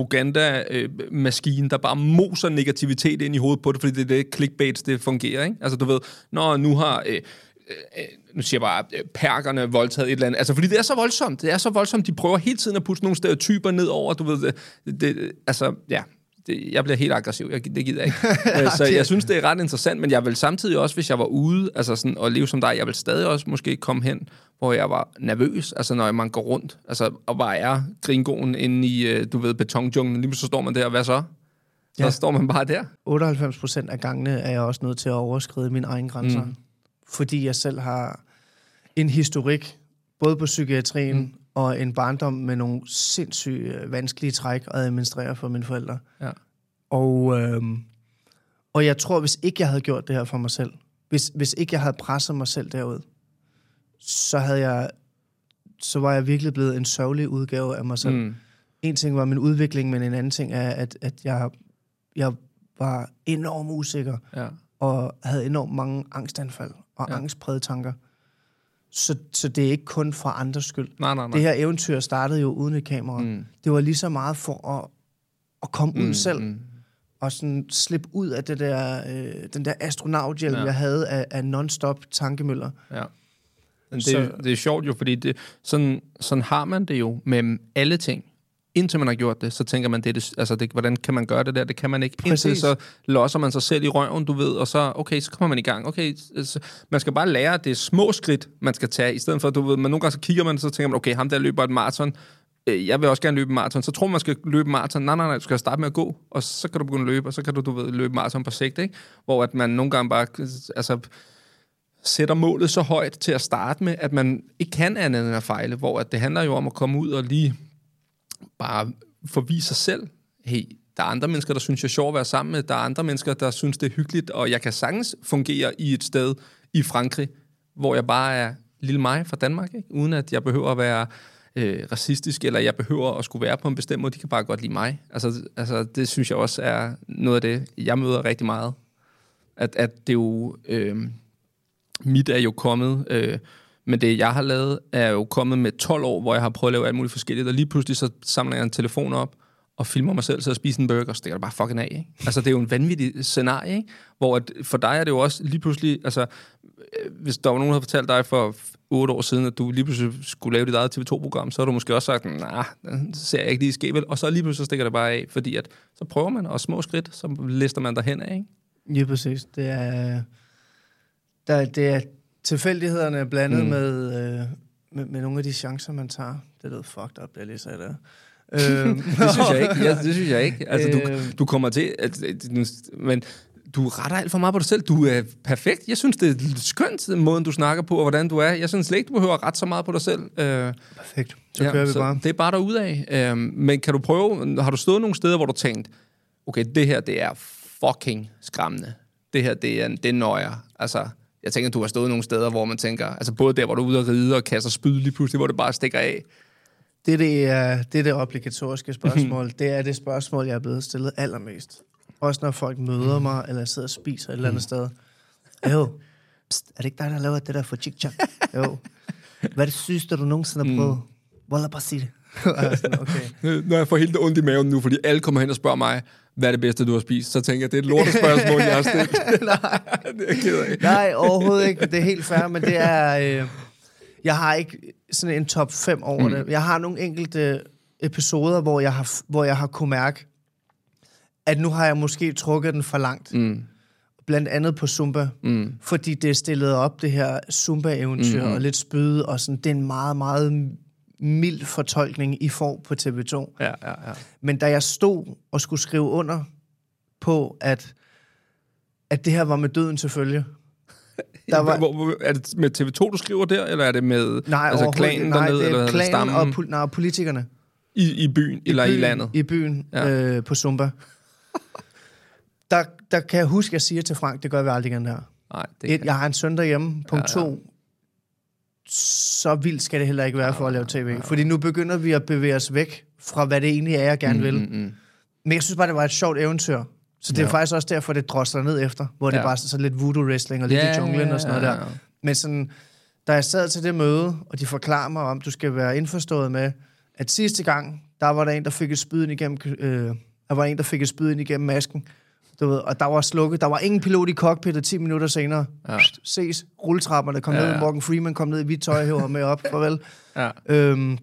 Speaker 4: propagandamaskine, øh, der bare moser negativitet ind i hovedet på det, fordi det er det clickbaits, det fungerer, ikke? Altså, du ved, når nu har... Øh, øh, nu siger jeg bare, øh, perkerne voldtaget et eller andet. Altså, fordi det er så voldsomt. Det er så voldsomt, de prøver hele tiden at putte nogle stereotyper ned over, du ved, det, det, altså, ja... Det, jeg bliver helt aggressiv, jeg, det gider jeg ikke. Så jeg synes, det er ret interessant, men jeg vil samtidig også, hvis jeg var ude altså sådan, og leve som dig, jeg vil stadig også måske komme hen, hvor jeg var nervøs, altså når man går rundt, altså, og bare er gringoen inde i, du ved, betonjunglen, lige så står man der, og hvad så? Så ja. står man bare der.
Speaker 5: otteoghalvfems procent af gangene er jeg også nødt til at overskride mine egne grænser, mm. fordi jeg selv har en historik, både på psykiatrien, mm. og en barndom med nogle sindssygt vanskelige træk at administrere for mine forældre. Ja. Og, øhm, og jeg tror, hvis ikke jeg havde gjort det her for mig selv, hvis, hvis ikke jeg havde presset mig selv derud, så havde jeg, så var jeg virkelig blevet en sørgelig udgave af mig selv. Mm. En ting var min udvikling, men en anden ting er, at, at jeg, jeg var enormt usikker, ja. og havde enormt mange angstanfald og ja. angstprægede tanker. Så, så det er ikke kun for andres skyld.
Speaker 4: Nej, nej, nej.
Speaker 5: Det her eventyr startede jo uden et kamera. Mm. Det var lige så meget for at, at komme mm, ud selv. Mm. Og sådan slippe ud af det der, øh, den der astronauthjelm, ja. jeg havde af, af non-stop tankemøller.
Speaker 4: Ja. Det, så, det er sjovt jo, fordi det, sådan, sådan har man det jo med alle ting. Indtil man har gjort det, så tænker man, det er det, altså det, hvordan kan man gøre det der? Det kan man ikke. Præcis. Indtil så losser man sig selv i røven, du ved, og så, okay, så kommer man i gang. Okay, så, man skal bare lære, at det er små skridt, man skal tage, i stedet for, du ved, man nogle gange så kigger man, så tænker man, okay, ham der løber et maraton, jeg vil også gerne løbe maraton. Så tror man, man skal løbe maraton. Nej, nej, nej, du skal starte med at gå, og så kan du begynde at løbe, og så kan du, du ved, løbe maraton på sigt, ikke? Hvor at man nogle gange bare, altså, sætter målet så højt til at starte med, at man ikke kan andet end at fejle, hvor at det handler jo om at komme ud og lige bare forvise sig selv. Hey, der er andre mennesker, der synes, jeg er sjov at være sammen med. Der er andre mennesker, der synes, det er hyggeligt, og jeg kan sagtens fungere i et sted i Frankrig, hvor jeg bare er lille mig fra Danmark, ikke? Uden at jeg behøver at være øh, racistisk, eller jeg behøver at skulle være på en bestemt måde. De kan bare godt lide mig. Altså, altså det synes jeg også er noget af det, jeg møder rigtig meget. At, at det jo... Øh, mit er jo kommet... Øh, Men det, jeg har lavet, er jo kommet med tolv år, hvor jeg har prøvet at lave alt muligt forskelligt, og lige pludselig så samler jeg en telefon op, og filmer mig selv, så jeg spiser en burger, og stikker det bare fucking af, ikke? Altså, det er jo en vanvittig scenarie, ikke? Hvor at for dig er det jo også lige pludselig, altså, hvis der var nogen, der havde fortalt dig for otte år siden, at du lige pludselig skulle lave dit eget T V to-program, så har du måske også sagt, nej, så ser jeg ikke lige ske vel, og så lige pludselig stikker det bare af, fordi at, så prøver man, og små skridt, så lister man derhen af, ikke?
Speaker 5: Ja, præcis. Det er, der, det er tilfældighederne er blandet mm. med, øh, med, med nogle af de chancer, man tager. Det lød fucked up, det jeg lige sagde der. øhm.
Speaker 4: det synes jeg ikke. Ja, det synes jeg ikke. Altså, du, du kommer til... At, men du retter alt for meget på dig selv. Du er perfekt. Jeg synes, det er skønt, måden du snakker på, og hvordan du er. Jeg synes slet ikke, du behøver at rette så meget på dig selv. Øh,
Speaker 5: perfekt. Så
Speaker 4: ja,
Speaker 5: kører vi
Speaker 4: så
Speaker 5: bare.
Speaker 4: Det er bare derudad. Øh, men kan du prøve... Har du stået nogle steder, hvor du tænkt, okay, det her, det er fucking skræmmende. Det her, det er, det er nøjer. Altså... Jeg tænker, du har stået nogle steder, hvor man tænker, altså både der, hvor du er ude at ride og kaster spyd lige pludselig, hvor det bare stikker af.
Speaker 5: Det er det, det, er det obligatoriske spørgsmål. Det er det spørgsmål, jeg er blevet stillet allermest. Også når folk møder mig, eller sidder og spiser et eller andet sted. Jo, pst, er det ikke dig, der laver det der for chick-chak? Jo. Hvad er det sygeste, du nogensinde har prøvet? Wallah, bare sig det. Okay.
Speaker 4: Når jeg får helt ondt i maven nu, fordi alle kommer hen og spørger mig, hvad er det bedste, du har spist? Så tænker jeg, det er et lortespørgsmål, jeg har stillet.
Speaker 5: Nej.
Speaker 4: Det er ked af.
Speaker 5: Nej, overhovedet ikke. Det er helt fair, men det er... Øh, jeg har ikke sådan en top fem over mm. det. Jeg har nogle enkelte episoder, hvor jeg har, hvor jeg har kunne mærke, at nu har jeg måske trukket den for langt. Mm. Blandt andet på Zumba. Mm. Fordi det er stillet op, det her Zumba-eventyr, mm. og lidt spyd, og sådan, det er en meget, meget... mild fortolkning, I får på T V to.
Speaker 4: Ja, ja, ja.
Speaker 5: Men da jeg stod og skulle skrive under på, at, at det her var med døden til følge.
Speaker 4: Der var, hvor, hvor, er det med T V to, du skriver der, eller er det med
Speaker 5: nej,
Speaker 4: altså klanen
Speaker 5: nej,
Speaker 4: dernede,
Speaker 5: det er
Speaker 4: eller
Speaker 5: klanen
Speaker 4: stammen?
Speaker 5: og pol- nej, politikerne.
Speaker 4: I, I byen, I eller byen, i landet?
Speaker 5: I byen, ja. øh, på Zumba. der, der kan jeg huske, at jeg siger til Frank, det gør vi aldrig igen her.
Speaker 4: Nej, det
Speaker 5: Et, jeg har en søn derhjemme. Punkt ja, ja. to. Så vildt skal det heller ikke være for at lave tv. Fordi nu begynder vi at bevæge os væk fra, hvad det egentlig er, jeg gerne vil. Mm, mm, mm. Men jeg synes bare, det var et sjovt eventyr. Så det er ja. faktisk også derfor, det drosler ned efter. Hvor det ja. bare er sådan lidt voodoo-wrestling og lidt ja, i junglen og sådan noget ja, ja. der. Men sådan, da jeg sad til det møde, og de forklarer mig om, du skal være indforstået med, at sidste gang, der var der en, der fik et spyd ind igennem, øh, der var en, der fik et spyd ind igennem masken. Du ved, og der var slukket. Der var ingen pilot i cockpittet ti minutter senere. Ja. Pst, ses, rulletrapperne kom ja, ned, ja. Morgan Freeman kom ned i hvidt tøj, hæver med op, farvel. Ja. Øhm,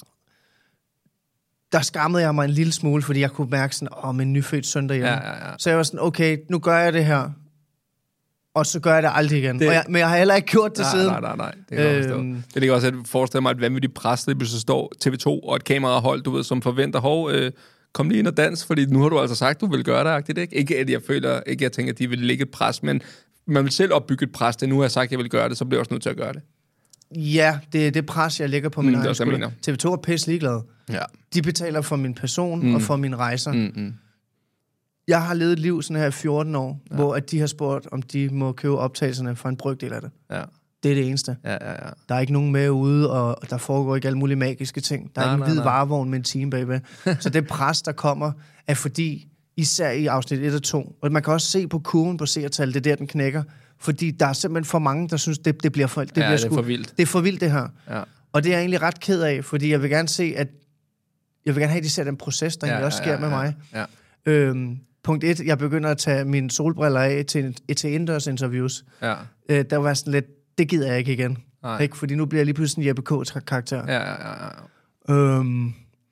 Speaker 5: der skammede jeg mig en lille smule, fordi jeg kunne mærke sådan, åh, min nyfødt søn derhjemme. Ja, ja, ja. Så jeg var sådan, okay, nu gør jeg det her, og så gør jeg det aldrig igen. Det... Og jeg, men jeg har heller ikke gjort det
Speaker 4: nej,
Speaker 5: siden.
Speaker 4: Nej, nej, nej. Det kan øhm... Det ligger også at forestille mig, at vanvittigt pres, det så står T V to og et kamerahold, du ved, som forventer, hov, øh, kom lige ind og dans, fordi nu har du altså sagt, du vil gøre det, agtigt, ikke? Ikke at jeg føler, ikke at jeg tænker, at de vil lægge et pres, men man vil selv opbygge et pres, det nu har jeg sagt, at jeg vil gøre det, så bliver jeg også nødt til at gøre det.
Speaker 5: Ja, det er det pres, jeg lægger på min
Speaker 4: mm,
Speaker 5: egen skole. T V to er pisse ligeglade. Ja. De betaler for min person mm. og for mine rejser. Mm, mm. Jeg har levet et liv sådan her i fjorten år, ja. hvor at de har spurgt, om de må købe optagelserne for en brøkdel af det. Ja. Det er det eneste. Ja, ja, ja. Der er ikke nogen med ude, og der foregår ikke alle mulige magiske ting. Der er nej, ikke en hvid varevogn med en team, baby. Så det pres, der kommer, er fordi, især i afsnit et og to, og man kan også se på kurven på seertal, det er der, den knækker. Fordi der er simpelthen for mange, der synes, det, det bliver for, det
Speaker 4: ja,
Speaker 5: bliver
Speaker 4: det
Speaker 5: sgu,
Speaker 4: er for vildt.
Speaker 5: Det er for vildt, det her.
Speaker 4: Ja.
Speaker 5: Og det er jeg egentlig ret ked af, fordi jeg vil gerne se, at jeg vil gerne have, at de ser den proces, der ja, egentlig også sker ja, ja, med mig.
Speaker 4: Ja.
Speaker 5: Øhm, punkt et, jeg begynder at tage mine solbriller af til, til indendørs interviews.
Speaker 4: Ja.
Speaker 5: Øh, der var sådan lidt, det gider jeg ikke igen. Ikke? Fordi nu bliver jeg lige pludselig en Jeppe K-karakter.
Speaker 4: Ja, ja, ja. ja.
Speaker 5: Øhm,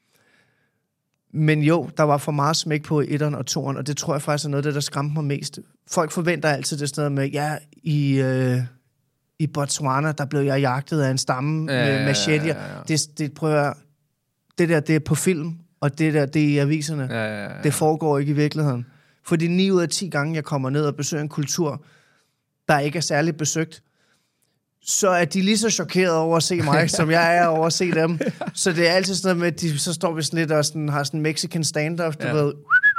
Speaker 5: men jo, der var for meget smæk på i etteren og toeren, og det tror jeg faktisk er noget af det, der skræmte mig mest. Folk forventer altid det sted med, ja, i, øh, i Botswana, der blev jeg jagtet af en stamme ja, med machete. Ja, ja, ja. Det, det, prøver jeg, det der, det er på film, og det der, det er i aviserne. Ja, ja, ja. Det foregår ikke i virkeligheden. Fordi ni ud af ti gange, jeg kommer ned og besøger en kultur, der ikke er særligt besøgt, så er de lige så chokerede over at se mig, som jeg er over at se dem. Så det er altid sådan noget med, at de, så står vi sådan lidt og sådan, har sådan en Mexican standoff, du ja. ved, og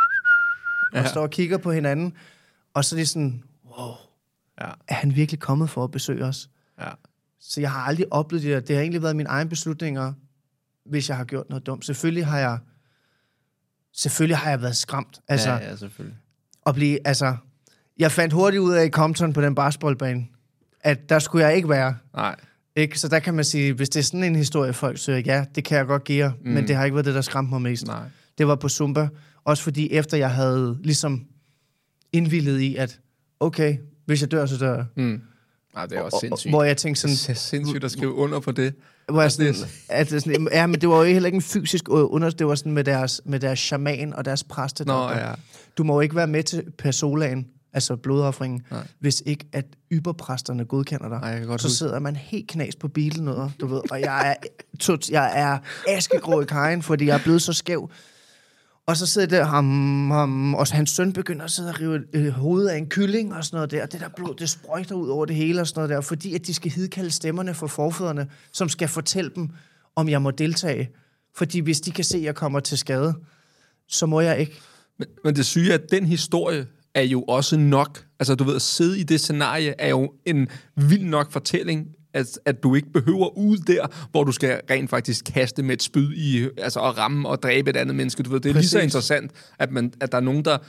Speaker 5: ja. står og kigger på hinanden, og så er de sådan, wow, ja. er han virkelig kommet for at besøge os? Ja. Så jeg har aldrig oplevet det der. Det har egentlig været mine egne beslutninger, hvis jeg har gjort noget dumt. Selvfølgelig har jeg, selvfølgelig har jeg været skræmt. Altså,
Speaker 4: ja, ja, selvfølgelig.
Speaker 5: At blive, altså, jeg fandt hurtigt ud af i Compton på den basketballbane, at der skulle jeg ikke være.
Speaker 4: Nej.
Speaker 5: Ikke? Så der kan man sige, hvis det er sådan en historie, folk siger, ja, det kan jeg godt give jer, mm. men det har ikke været det, der skræmte mig mest.
Speaker 4: Nej.
Speaker 5: Det var på Zumba. Også fordi efter jeg havde ligesom indvillet i, at okay, hvis jeg dør, så dør jeg.
Speaker 4: Mm. Nej, det er også sindssygt.
Speaker 5: Hvor jeg tænkte sådan...
Speaker 4: Det er sindssygt at skrive under på det.
Speaker 5: Hvor jeg sådan, at det sådan, ja, men det var jo heller ikke en fysisk under, det var sådan med deres, med deres shaman og deres præstedoktor.
Speaker 4: Ja.
Speaker 5: Du må jo ikke være med til persolaen, altså blodoffringen, nej. Hvis ikke at yberpræsterne godkender dig. Nej, så huske. Sidder man helt knas på bilen, du ved, og jeg er, tot, jeg er askegrå i kajen, fordi jeg er blevet så skæv. Og så sidder der ham, ham, og hans søn begynder at sidde og rive øh, hovedet af en kylling og sådan noget der. Det der blod, det sprøjter ud over det hele og sådan noget der, fordi at de skal hidkalde stemmerne for forfædrene, som skal fortælle dem, om jeg må deltage. Fordi hvis de kan se, at jeg kommer til skade, så må jeg ikke.
Speaker 4: Men, men det syge er, at den historie er jo også nok. Altså, du ved, at sidde i det scenarie er jo en vild nok fortælling, at, at du ikke behøver ud der, hvor du skal rent faktisk kaste med et spyd i, altså at ramme og dræbe et andet menneske. Du ved, det er præcis. Lige så interessant, at, man, at der er nogen, der,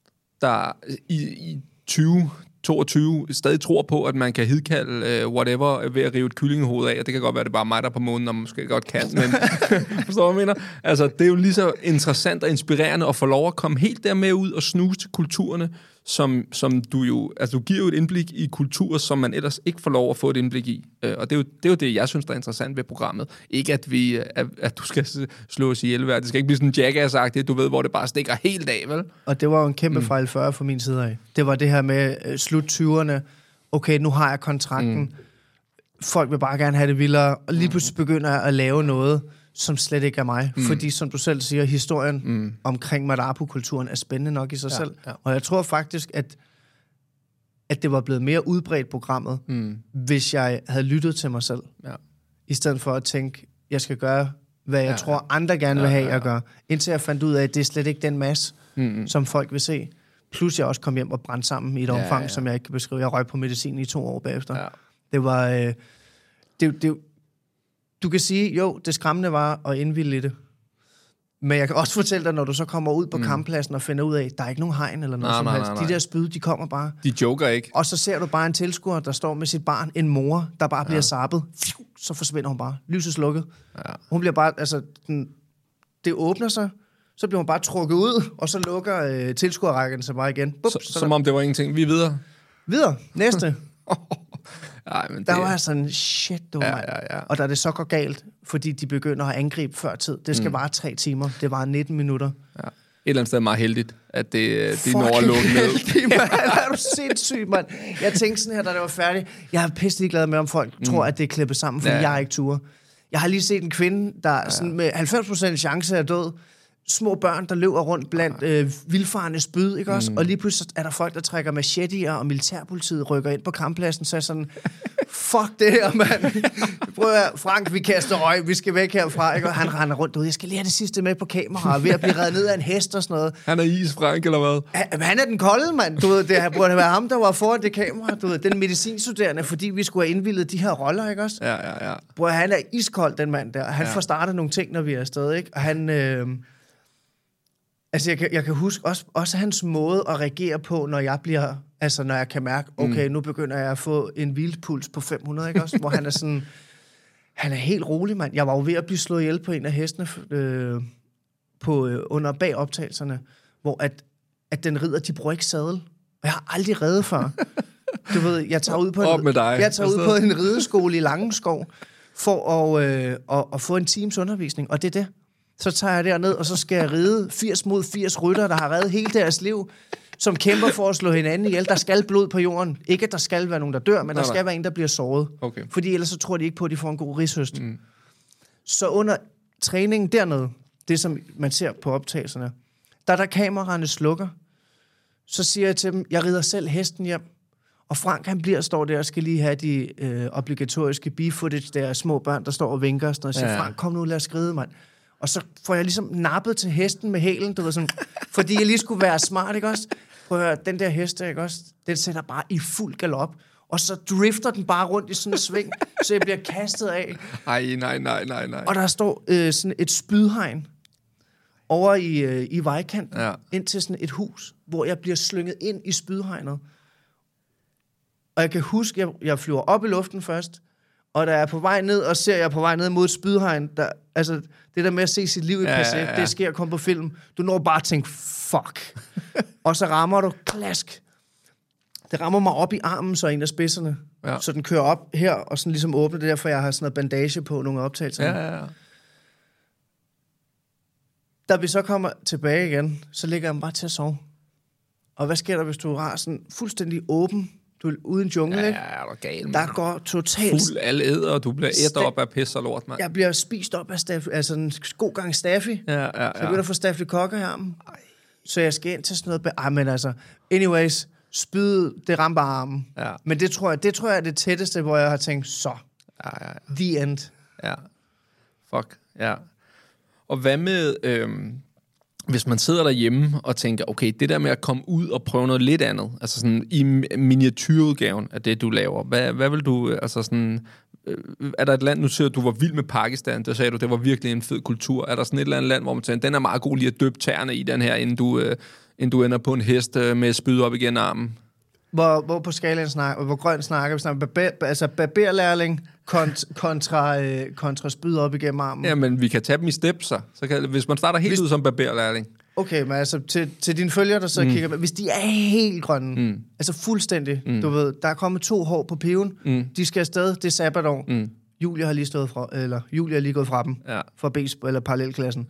Speaker 4: der i, i tyve toogtyve stadig tror på, at man kan hidkalde uh, whatever ved at rive et kyllingehoved af, og det kan godt være, det er bare mig, der på månen, og måske godt kan, men forstår du, hvad jeg mener? Altså, det er jo lige så interessant og inspirerende at få lov at komme helt der med ud og snuse til kulturerne, som, som du jo, altså du giver jo et indblik i kulturer, som man ellers ikke får lov at få et indblik i. Uh, og det er, jo, det er jo det, jeg synes, der er interessant ved programmet. Ikke at vi, at, at du skal slå os ihjel, det skal ikke blive sådan en jackass-agtigt, du ved, hvor det bare stikker helt af, vel?
Speaker 5: Og det var jo en kæmpe mm. fejl før fra min side af. Det var det her med uh, slut tyverne, okay, nu har jeg kontrakten, mm. folk vil bare gerne have det vildere, og lige pludselig begynder jeg at lave noget, som slet ikke er mig. Mm. Fordi, som du selv siger, historien mm. omkring Madapu-kulturen er spændende nok i sig ja, selv. Ja. Og jeg tror faktisk, at, at det var blevet mere udbredt programmet, mm. hvis jeg havde lyttet til mig selv. Ja. I stedet for at tænke, jeg skal gøre, hvad jeg ja, tror, andre gerne vil have, ja, ja, ja. jeg gør. Indtil jeg fandt ud af, at det er slet ikke den masse, mm. som folk vil se. Plus jeg også kom hjem og brændte sammen i et omfang, ja, ja. som jeg ikke kan beskrive. Jeg røg på medicin i to år bagefter. Ja. Det var... Øh, det, det, du kan sige, jo, det skræmmende var at indvilde i det. Men jeg kan også fortælle dig, når du så kommer ud på mm. kamppladsen og finder ud af, der er ikke nogen hegn eller noget nej, som nej, helst. Nej, nej. De der spyd, de kommer bare.
Speaker 4: De joker ikke.
Speaker 5: Og så ser du bare en tilskuer, der står med sit barn, en mor, der bare bliver ja. sappet. Så forsvinder hun bare. Lyset slukket. Ja. Hun bliver bare, altså, den, det åbner sig, så bliver hun bare trukket ud, og så lukker øh, tilskuerrækken sig bare igen. Bup,
Speaker 4: så, så som der. Om det var ingenting. Vi er videre.
Speaker 5: Videre. Næste.
Speaker 4: Ej, men det...
Speaker 5: Der var sådan, shit, du ja, ja, ja. Og da det så går galt, fordi de begynder at angribe før tid. Det skal mm. vare tre timer. Det var nitten minutter. Ja. Et
Speaker 4: eller andet sted er meget heldigt, at det, det når at lukke ned.
Speaker 5: Man. Er du sindssyg, mand? Jeg tænkte sådan her, da det var færdigt. Jeg er pisselig glad med, om folk mm. tror, at det er klippet sammen, for ja. jeg er ikke tur. Jeg har lige set en kvinde, der ja. sådan med halvfems procent chance er død. Små børn, der løber rundt blandt øh, vildfarende spyd, ikke også? Mm. Og lige pludselig er der folk, der trækker macheteer, og militærpolitiet rykker ind på kamppladsen, så er sådan, fuck det her, mand. Prøv at Frank, vi kaster røg, vi skal væk herfra, ikke? Og han render rundt ud, jeg skal lige have det sidste med på kamera, ved at blive reddet ned af en hest og sådan noget.
Speaker 4: Han er is, Frank, eller hvad?
Speaker 5: Han, han er den kolde, mand. Du ved, det burde være ham, der var foran det kamera. Du ved, den medicinstuderende, fordi vi skulle have indvildet de her roller, ikke også?
Speaker 4: Ja, ja, ja.
Speaker 5: Prøv at han er iskold, den mand der. Han ja. får startet nogle ting, når vi er afsted, ikke? Og han... Øh, Altså, jeg kan, jeg kan huske også, også hans måde at reagere på, når jeg bliver... Altså, når jeg kan mærke, okay, mm. nu begynder jeg at få en hvilepuls på fem hundrede, ikke også? Hvor han er sådan... Han er helt rolig, mand. Jeg var jo ved at blive slået ihjel på en af hestene øh, på, øh, under bag optagelserne, hvor at, at den rider, de bruger ikke sadel. Og jeg har aldrig reddet før. Du ved, jeg tager ud på en, jeg tager ud på en rideskole i Langeskov for at, øh, at, at få en times undervisning, og det er det. Så tager jeg derned, og så skal jeg ride firs mod firs rytter, der har reddet hele deres liv, som kæmper for at slå hinanden ihjel. Der skal blod på jorden. Ikke, at der skal være nogen, der dør, men nej, der skal nej. være en, der bliver såret. Okay. Fordi ellers så tror de ikke på, at de får en god rishøst. Mm. Så under træningen dernede, det som man ser på optagelserne, der der kameraerne slukker, så siger jeg til dem, jeg rider selv hesten hjem. Og Frank, han bliver står der og skal lige have de øh, obligatoriske B-footage, der er små børn, der står og vinker og sådan noget. Og siger, ja. Frank, kom nu, lad os skride, mand. Og så får jeg ligesom nappet til hesten med hælen, du ved, sådan, fordi jeg lige skulle være smart, ikke også? Prøv at høre, den der hest, ikke også? Den sætter bare i fuld galop, og så drifter den bare rundt i sådan en sving, så jeg bliver kastet af.
Speaker 4: Ej, nej, nej, nej, nej.
Speaker 5: Og der står øh, sådan et spydhegn over i, øh, i vejkanten, ja. ind til sådan et hus, hvor jeg bliver slynget ind i spydhegnet. Og jeg kan huske, jeg, jeg flyver op i luften først, og da jeg er på vej ned, og ser jeg på vej ned mod et spydhegn, der, altså det der med at se sit liv i ja, passé, ja, ja. det sker at komme på film. Du når bare at tænke, fuck. Og så rammer du, klask. Det rammer mig op i armen, så en af spidserne. Ja. Så den kører op her, og sådan ligesom åbner det, derfor jeg har sådan noget bandage på nogle optagelser.
Speaker 4: Ja, ja, ja.
Speaker 5: Da vi så kommer tilbage igen, så ligger jeg bare til at sove. Og hvad sker der, hvis du har sådan fuldstændig åben, du er uden jungle,
Speaker 4: ja,
Speaker 5: ikke?
Speaker 4: Ja, er gal,
Speaker 5: der går totalt...
Speaker 4: Fuld alle æder, og du bliver ædt op af pis og lort, mand.
Speaker 5: Jeg bliver spist op af staff, altså en god gang staffy.
Speaker 4: Ja, ja, ja.
Speaker 5: Så jeg begynder at få stafylokokker i armen. Ej. Så jeg skal ind til sådan noget... Be- Ej, men altså... Anyways, spydet, det rammer bare armen. Ja. Men det tror jeg, det tror jeg er det tætteste, hvor jeg har tænkt, så... Ja, ja, ja. The end.
Speaker 4: Ja. Fuck, ja. Og hvad med... Øhm Hvis man sidder derhjemme og tænker, okay, det der med at komme ud og prøve noget lidt andet, altså sådan i miniatyrudgaven af det, du laver, hvad, hvad vil du, altså sådan, øh, er der et land, nu siger du, du var vild med Pakistan, der sagde du, det var virkelig en fed kultur, er der sådan et eller andet land, hvor man tænker, den er meget god lige at døbe tæerne i den her, inden du, øh, inden du ender på en hest øh, med spyd op igen armen?
Speaker 5: Hvor, hvor på skalaen snakker, hvor grøn snakker vi snakker, barber, altså barberlærling kont, kontra, øh, kontra spyd op igennem armen.
Speaker 4: Ja, men vi kan tage dem i steps, så. så kan, hvis man starter helt hvis, ud som barberlærling.
Speaker 5: Okay, men altså til, til dine følgere, der så mm. kigger, hvis de er helt grønne, mm. altså fuldstændig, mm. du ved, der er kommet to hår på piven, mm. de skal afsted, det er sabbatår. Mm. Julia har lige stået fra, eller Julia har lige gået fra dem, ja. fra B- eller parallelklassen.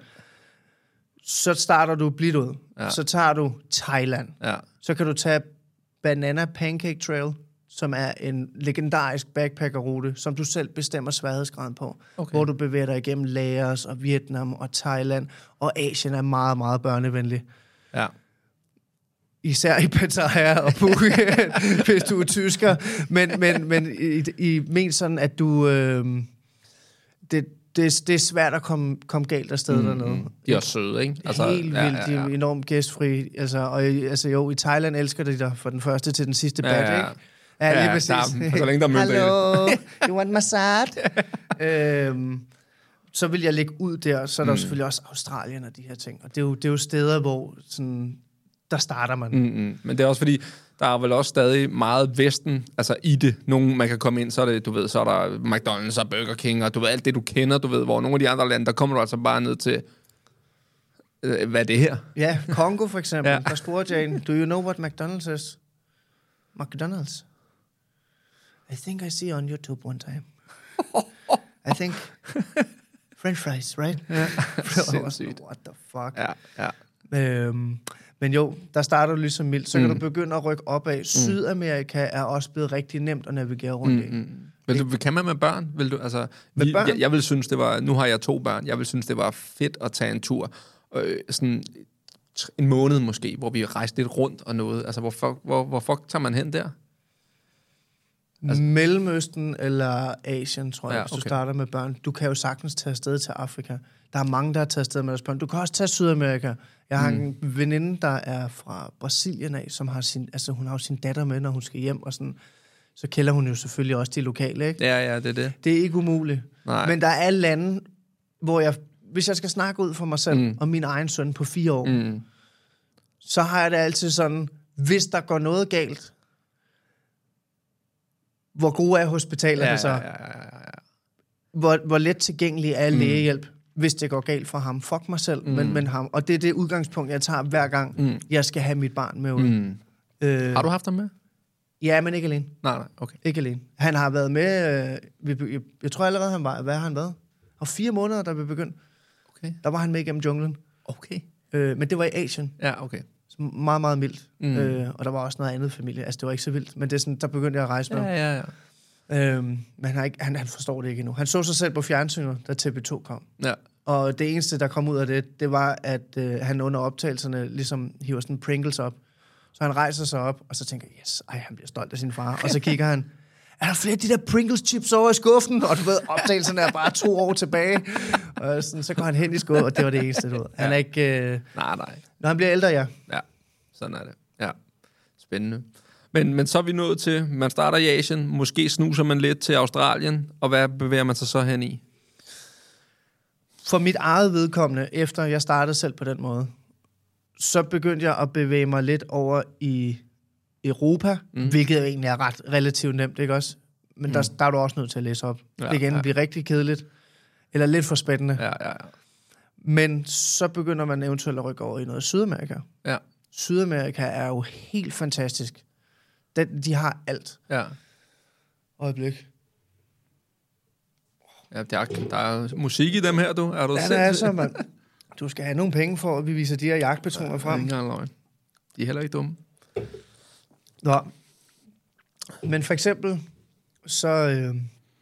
Speaker 5: Så starter du blidt ud. Ja. Så tager du Thailand. Ja. Så kan du tage Banana Pancake Trail, som er en legendarisk backpackerrute, som du selv bestemmer sværhedsgraden på. Okay. Hvor du bevæger dig igennem Laos og Vietnam og Thailand, og Asien er meget, meget børnevenlig. Ja. Især i Pattaya og Phuket, hvis du er tysker. Men, men, men i, i men sådan, at du... Øh, det, det, det er svært at komme, komme galt afsted mm, dernede.
Speaker 4: De er også søde, ikke? Altså,
Speaker 5: helt vildt, ja, ja, ja. De er enormt gæstfri. Altså, og altså, jo, i Thailand elsker de dig fra den første til den sidste bat, ja, ja. ikke? Ja, lige ja, præcis.
Speaker 4: Der, så længe der er
Speaker 5: Hello, you want massage? øhm, så vil jeg lægge ud der, så er der mm. selvfølgelig også Australien og de her ting. Og det er jo, det er jo steder, hvor sådan, der starter man.
Speaker 4: Mm-hmm. Men det er også fordi, der er vel også stadig meget vesten, altså i det. Nogen, man kan komme ind, så er det, du ved, så er der McDonald's og Burger King, og du ved, alt det, du kender, du ved, hvor nogle af de andre lande, der kommer du altså bare ned til, øh, hvad er det her?
Speaker 5: Ja, Kongo for eksempel. Ja. Der spurgte Jane, do you know what McDonald's is? McDonald's? I think I see on YouTube one time. I think French fries, right? Ja.
Speaker 4: Sindssygt.
Speaker 5: What the fuck?
Speaker 4: Ja, ja.
Speaker 5: Øhm, men jo, der starter du ligesom mildt. Så mm. kan du begynde at rykke opad. Mm. Sydamerika er også blevet rigtig nemt at navigere rundt mm, i. Mm.
Speaker 4: Vil du, kan man med børn? Vil du, altså,
Speaker 5: med
Speaker 4: vi,
Speaker 5: børn?
Speaker 4: Jeg, jeg vil synes, det var... Nu har jeg to børn. Jeg vil synes, det var fedt at tage en tur. Øh, sådan en måned måske, hvor vi rejste lidt rundt og noget. Altså, hvor, hvor, hvor fuck tager man hen der?
Speaker 5: Altså, Mellemøsten eller Asien, tror jeg, ja, okay. Hvis du starter med børn. Du kan jo sagtens tage afsted til Afrika. Der er mange, der har taget afsted med deres børn. Du kan også tage Sydamerika. Jeg har mm. en veninde, der er fra Brasilien af, som har sin, altså hun har jo sin datter med, når hun skal hjem, og sådan. Så kælder hun jo selvfølgelig også de lokale, ikke?
Speaker 4: Ja, ja, det er det.
Speaker 5: Det er ikke umuligt. Nej. Men der er lande, hvor jeg, hvis jeg skal snakke ud for mig selv, mm. og min egen søn på fire år, mm. så har jeg det altid sådan, hvis der går noget galt, hvor gode er hospitalerne
Speaker 4: ja,
Speaker 5: så?
Speaker 4: Ja, ja, ja, ja.
Speaker 5: Hvor, hvor let tilgængelig er lægehjælp, mm. hvis det går galt for ham? Fuck mig selv, mm. men, men ham. Og det er det udgangspunkt, jeg tager hver gang, mm. jeg skal have mit barn med ud. Mm.
Speaker 4: Øh, har du haft ham med?
Speaker 5: Ja, men ikke alene.
Speaker 4: Nej, nej, okay.
Speaker 5: Ikke alene. Han har været med, øh, vi, jeg, jeg tror allerede, han var, hvad har han været? Og fire måneder, da vi begyndte. Okay. Der var han med igennem junglen.
Speaker 4: Okay.
Speaker 5: Øh, men det var i Asien.
Speaker 4: Ja, okay.
Speaker 5: Så meget, meget mildt. Mm. Øh, og der var også noget andet familie. Altså, det var ikke så vildt. Men det er sådan, der begyndte jeg at rejse med.
Speaker 4: Ja, ja, ja.
Speaker 5: Øhm, men han, har ikke, han, han forstår det ikke endnu. Han så sig selv på fjernsynet, da T V to kom.
Speaker 4: Ja.
Speaker 5: Og det eneste, der kom ud af det, det var, at øh, han under optagelserne ligesom hiver sådan Pringles op. Så han rejser sig op, og så tænker jeg, yes, ej, han bliver stolt af sin far. Og så kigger han, er der flere af de der Pringles chips over i skuffen? Og du ved, optagelserne er bare to år tilbage. Og sådan, så går han hen i skuffen, og det var det eneste, du ved. Han er ikke... Øh...
Speaker 4: Nej, nej.
Speaker 5: Når han bliver ældre, ja.
Speaker 4: Ja, sådan er det. Ja, spændende. Men, men så er vi nået til, man starter i Asien, måske snuser man lidt til Australien, og hvad bevæger man sig så hen i?
Speaker 5: For mit eget vedkommende, efter jeg startede selv på den måde, så begyndte jeg at bevæge mig lidt over i Europa, mm. hvilket jo egentlig er ret relativt nemt, ikke også? Men mm. der, der er du også nødt til at læse op. Ja, det kan enten ja. blive rigtig kedeligt, eller lidt for spændende.
Speaker 4: Ja, ja, ja.
Speaker 5: Men så begynder man eventuelt at rykke over i noget Sydamerika.
Speaker 4: Ja.
Speaker 5: Sydamerika er jo helt fantastisk. Den, de har alt.
Speaker 4: Ja.
Speaker 5: Øjeblik.
Speaker 4: Ja, der er, der er musik i dem her, du. Er du
Speaker 5: ja,
Speaker 4: selv?
Speaker 5: Ja, det er så, man. Du skal have nogle penge for, at vi viser de her jagtpatroner ja, frem.
Speaker 4: Ikke engang de er heller ikke dumme.
Speaker 5: Nå. Men for eksempel, så... Øh,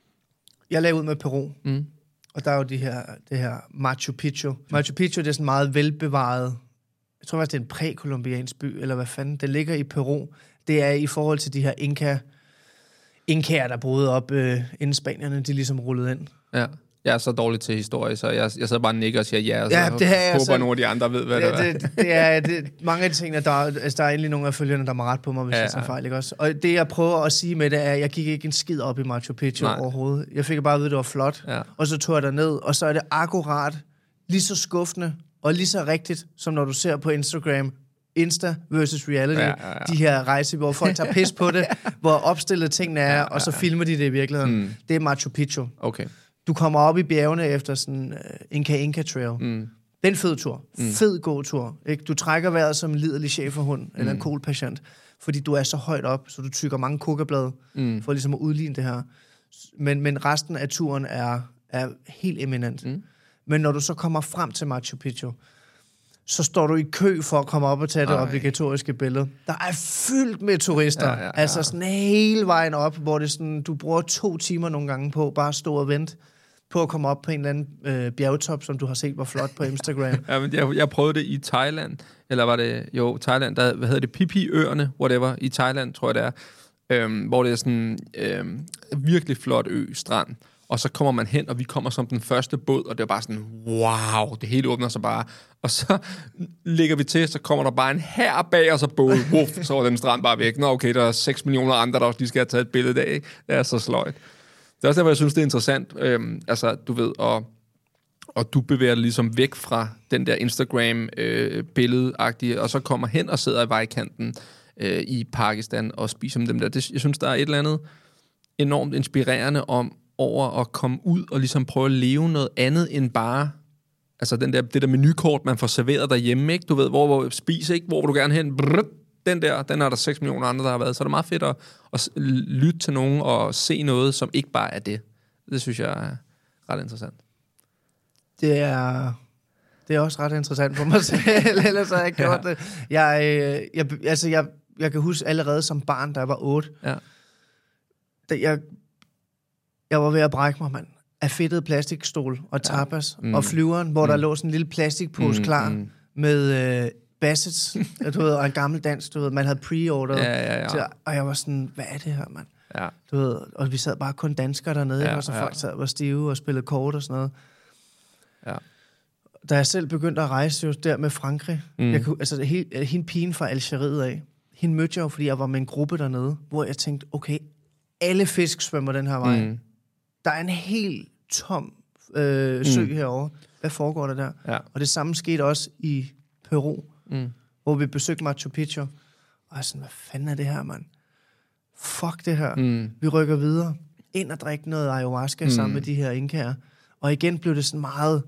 Speaker 5: jeg lagde ud med Peru. Mm. Og der er jo de her, det her Machu Picchu. Machu Picchu, det er sådan meget velbevaret. Jeg tror faktisk, det er en prækolumbiansk by, eller hvad fanden. Det ligger i Peru. Det er i forhold til de her Inka, Inkaer, der boede op, øh, inden spanierne, de ligesom rullede ind.
Speaker 4: Ja. Jeg er så dårlig til historie, så jeg, jeg sidder bare og nikker og siger ja, og så
Speaker 5: ja, det jeg
Speaker 4: håber,
Speaker 5: selv.
Speaker 4: nogle af de andre ved, hvad
Speaker 5: ja,
Speaker 4: det er.
Speaker 5: Det, det er det, mange af de ting, der, altså, der er endelig nogle af følgerne, der må ret på mig, hvis ja, jeg tager fejl, ikke også? Og det, jeg prøver at sige med det, er, at jeg gik ikke en skid op i Machu Picchu Nej. overhovedet. Jeg fik bare at vide, at det var flot, ja. og så tog jeg derned, og så er det akkurat lige så skuffende, og lige så rigtigt, som når du ser på Instagram, Insta versus reality, ja, ja, ja. de her rejser, hvor folk tager pis på det, hvor opstillet tingene er, ja, ja, ja. og så filmer de det i virkeligheden. Mm. Det er Machu Picchu.
Speaker 4: Okay.
Speaker 5: Du kommer op i bjergene efter sådan uh, Inca Inca Trail. Mm. Det er en fed tur. Mm. Fed gåtur. Ikke? Du trækker vejret som en liderlig cheferhund, mm. eller en kolpatient, fordi du er så højt op, så du tykker mange kokablade, mm. for ligesom at udligne det her. Men, men resten af turen er, er helt eminent. Mm. Men når du så kommer frem til Machu Picchu, så står du i kø for at komme op og tage det Ej. obligatoriske billede. Der er fyldt med turister. Ja, ja, ja. Altså sådan hele vejen op, hvor det sådan, du bruger to timer nogle gange på bare at stå og vente på at komme op på en eller anden øh, bjergtop, som du har set, hvor flot på Instagram.
Speaker 4: ja, men jeg, jeg prøvede det i Thailand, eller var det, jo, Thailand, der, hvad hedder det, Phi Phi-øerne, whatever, i Thailand, tror jeg det er, øhm, hvor det er sådan øhm, virkelig flot ø, strand, og så kommer man hen, og vi kommer som den første båd, og det er bare sådan, wow, det hele åbner sig bare, og så ligger vi til, så kommer der bare en hær bag os og båd, wuff, så er den strand bare væk. Nå okay, der er seks millioner andre, der også lige skal have taget et billede af, ikke? Det er så sløjt. Det er også derfor, jeg synes, det er interessant, øhm, altså, du ved, og, og du bevæger dig ligesom væk fra den der Instagram-billede-agtige, øh, og så kommer hen og sidder i vejkanten øh, i Pakistan og spiser med dem der. Det, jeg synes, der er et eller andet enormt inspirerende om, over at komme ud og ligesom prøve at leve noget andet end bare, altså den der, det der menukort, man får serveret derhjemme, ikke? Du ved, hvor, hvor spise, ikke? Hvor vil du gerne hen? Brrr, den der, den er der seks millioner andre, der har været. Så er det meget fedt at, at lytte til nogen og se noget, som ikke bare er det. Det synes jeg er ret interessant.
Speaker 5: Det er, det er også ret interessant for mig selv, ellers har jeg ikke gjort ja. det. Jeg, jeg, altså jeg, jeg kan huske allerede som barn, da jeg var otte, ja. da jeg, jeg var ved at brække mig, mand, af fedtet plastikstol og tapas ja. mm. og flyveren, hvor mm. der lå sådan en lille plastikpose mm. klar mm. med... Øh, Bassets, du ved, og en gammel dans, du ved, man havde pre-orderet,
Speaker 4: ja, ja, ja.
Speaker 5: Til, og jeg var sådan, hvad er det her, mand?
Speaker 4: Ja.
Speaker 5: Du ved, og vi sad bare kun danskere dernede, ja, og så ja. folk sad og var stive og spillede kort og sådan noget.
Speaker 4: Ja.
Speaker 5: Da jeg selv begyndte at rejse jo der med Frankrig, mm. jeg kunne, altså he, hende pigen fra Algeriet af, hende mødte jeg jo, fordi jeg var med en gruppe dernede, hvor jeg tænkte, okay, alle fisk svømmer den her vej. Mm. Der er en helt tom øh, sø mm. herovre. Hvad foregår der der?
Speaker 4: Ja.
Speaker 5: Og det samme skete også i Peru. Mm. hvor vi besøgte Machu Picchu. Og jeg er sådan, hvad fanden er det her, mand? Fuck det her. Mm. Vi rykker videre. Ind og drikke noget ayahuasca mm. sammen med de her inkaer. Og igen blev det sådan meget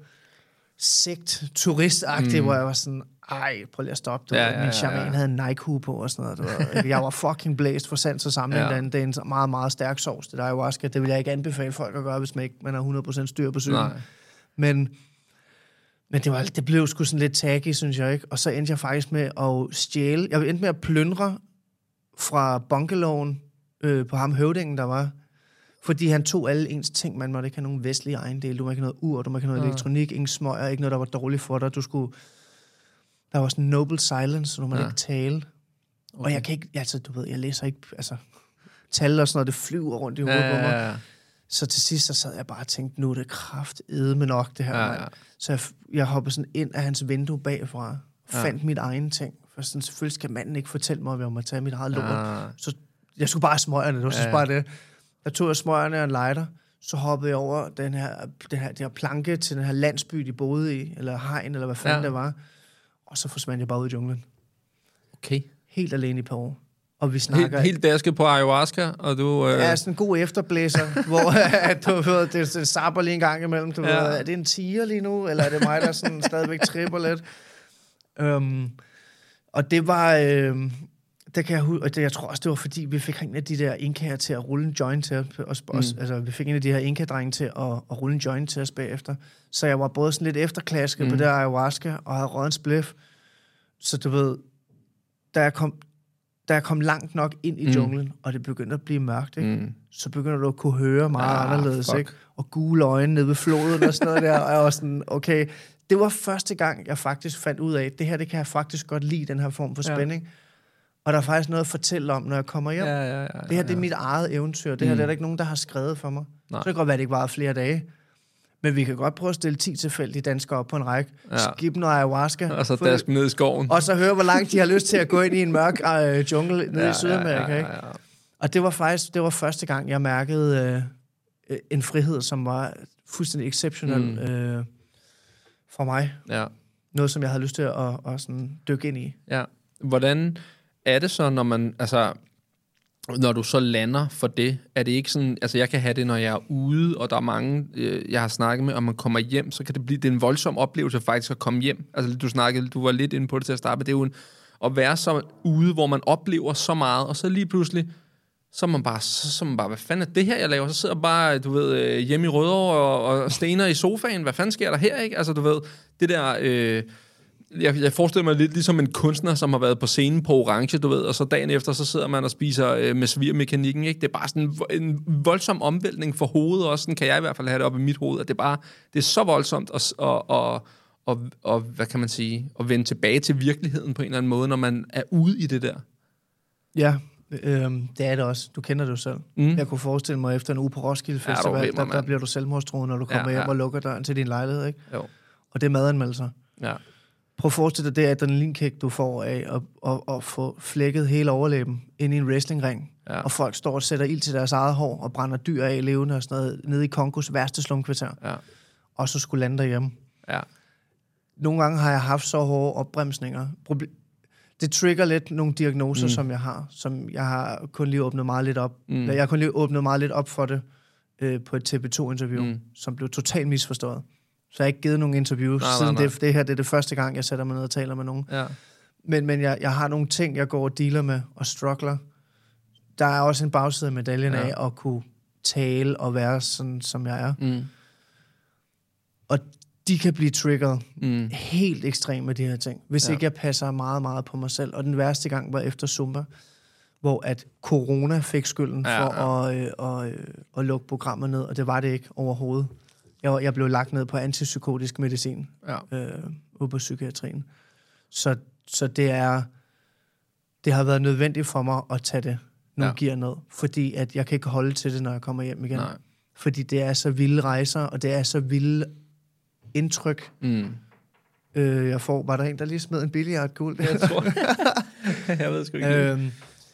Speaker 5: sekt, turistagtigt, mm. hvor jeg var sådan, ej, prøv lige at stoppe. Ja, ja, ja, min shaman ja, ja. havde en Nike-hue på og sådan noget. Jeg var fucking blæst for sans og samling. Ja. Det er en meget, meget stærk sovs, det der ayahuasca. Det vil jeg ikke anbefale folk at gøre, hvis man ikke man har hundrede procent styr på sygen. Men, men det, var, det blev sgu sådan lidt tacky, synes jeg ikke. Og så endte jeg faktisk med at stjæle. Jeg endte med at plyndre fra bungalowen øh, på ham høvdingen, der var. Fordi han tog alle ens ting. Man måtte ikke have nogen vestlige ejendele. Du må ikke have noget ur, du må ikke have noget ja. elektronik, ingen smøger, ikke noget, der var dårligt for dig. Du skulle... Der var sådan noble silence, så du måtte ja. ikke tale. Okay. Og jeg kan ikke... Altså, du ved, jeg læser ikke... Altså, tal og sådan noget, det flyver rundt i hovedet ja, på mig. Ja, ja. Så til sidst, så sad jeg bare og tænkte, nu er det kraftedme nok, det her. Ja, ja. Så jeg, jeg hoppede sådan ind af hans vindue bagfra, fandt ja. mit egen ting. For sådan, selvfølgelig skal manden ikke fortælle mig, om jeg må tage mit eget lort. Ja. Så jeg skulle bare smøgerne, det var ja, ja. bare det. Jeg tog jeg smøgerne og en lighter, så hoppede jeg over den her, den her, den her planke til den her landsby, de boede i, eller hegn, eller hvad fanden ja. det var. Og så forsvandt jeg bare ud i junglen.
Speaker 4: Okay.
Speaker 5: Helt alene i par år. Og vi snakker...
Speaker 4: Helt, helt dasket på ayahuasca, og du... Øh...
Speaker 5: Ja, sådan en god efterblæser, hvor du ved, det, det sapper lige en gang imellem. Du ja. ved, er det en tiger lige nu, eller er det mig, der sådan stadigvæk tripper lidt? Um, og det var... Øh, det kan jeg huske, og det, jeg tror også, det var fordi, vi fik en af de der inkaer til at rulle en joint til os. Mm. Altså, vi fik en af de her inka-drenge til at, at rulle en joint til os bagefter. Så jeg var både sådan lidt efterklasket mm. på det ayahuasca, og havde røget en spliff. Så du ved, da jeg kom... Da jeg kom langt nok ind i junglen, mm. og det begyndte at blive mørkt, ikke? Mm. så begynder du at kunne høre meget ah, anderledes, ikke? Og gule øjne nede ved floden og sådan noget der, og jeg var sådan, okay, det var første gang, jeg faktisk fandt ud af, det her, det kan jeg faktisk godt lide, den her form for spænding. Ja. Og der er faktisk noget at fortælle om, når jeg kommer hjem. Ja, ja, ja, ja. Det her, det er mit eget eventyr. Det her, mm. det er der ikke nogen, der har skrevet for mig. Nej. Så det kan godt være, det ikke var flere dage. Men vi kan godt prøve at stille ti tilfældige danskere op på en række, ja. skib noget ayahuasca,
Speaker 4: og så daske ned i skoven.
Speaker 5: Og så høre, hvor langt de har lyst til at gå ind i en mørk øh, jungle nede ja, i Sydamerika. Ja, ja, ja, ja. Og det var faktisk det var første gang, jeg mærkede øh, en frihed, som var fuldstændig exceptionel mm. øh, for mig. Ja. Noget, som jeg havde lyst til at, at, at sådan dykke ind i.
Speaker 4: Ja. Hvordan er det så, når man... altså når du så lander for det, er det ikke sådan, altså jeg kan have det, når jeg er ude, og der er mange, øh, jeg har snakket med, og man kommer hjem, så kan det blive, det er en voldsom oplevelse faktisk at komme hjem. Altså du snakkede, du var lidt inde på det til at starte, det er jo en, at være så ude, hvor man oplever så meget, og så lige pludselig, så er man bare, så, så man bare, hvad fanden er det her, jeg laver? Så sidder jeg bare, du ved, hjemme i Rødovre og, og stener i sofaen, hvad fanden sker der her, ikke? Altså du ved, det der... Øh, Jeg, jeg forestiller mig lidt ligesom en kunstner, som har været på scenen på orange, du ved, og så dagen efter, så sidder man og spiser øh, med svirmekanikken, ikke? Det er bare sådan en, en voldsom omvæltning for hovedet også, sådan kan jeg i hvert fald have det op i mit hoved, at det er bare, det er så voldsomt at, og, og, og, og, hvad kan man sige, at vende tilbage til virkeligheden på en eller anden måde, når man er ude i det der.
Speaker 5: Ja, øh, det er det også. Du kender det jo selv. Mm. Jeg kunne forestille mig, efter en uge på Roskilde Festival, ja, der, der bliver du selvmordstruet, når du kommer ja, ja. hjem og lukker døren til din lejlighed, ikke? Jo. Og det er madanmeldelser. Ja. Prøv at forestille dig det adrenalinkick, du får af at, at, at få flækket hele overlæben ind i en wrestlingring. Ja. Og folk står og sætter ild til deres eget hår og brænder dyr af levende og sådan noget nede i Kongos værste slumkvarter. Ja. Og så skulle lande derhjemme. Ja. Nogle gange har jeg haft så hårde opbremsninger. Det trigger lidt nogle diagnoser, mm. som jeg har. Som jeg har kun lige åbnet meget lidt op. Mm. Jeg har kun lige åbnet meget lidt op for det øh, på et T V to-interview, mm. som blev totalt misforstået. Så jeg har ikke givet nogen interviews, nej, siden nej, nej. Det, det her det er det første gang, jeg sætter mig ned og taler med nogen. Ja. Men, men jeg, jeg har nogle ting, jeg går og dealer med og struggler. Der er også en bagside af medaljen ja. af at kunne tale og være sådan, som jeg er. Mm. Og de kan blive triggeret mm. helt ekstremt med de her ting, hvis ja. ikke jeg passer meget, meget på mig selv. Og den værste gang var efter Zumba, hvor at corona fik skylden ja, for ja. At, øh, at, øh, at lukke programmet ned, og det var det ikke overhovedet. Jeg, jeg blev lagt ned på antipsykotisk medicin ja. øh, ude på psykiatrien. Så, så det er det har været nødvendigt for mig at tage det nogle ja. gear ned, fordi at jeg kan ikke holde til det, når jeg kommer hjem igen. Nej. Fordi det er så vilde rejser, og det er så vilde indtryk. Mm. Øh, jeg får, var der en, der lige smed en billiardkugle? Jeg tror. Jeg ved sgu ikke. Øhm,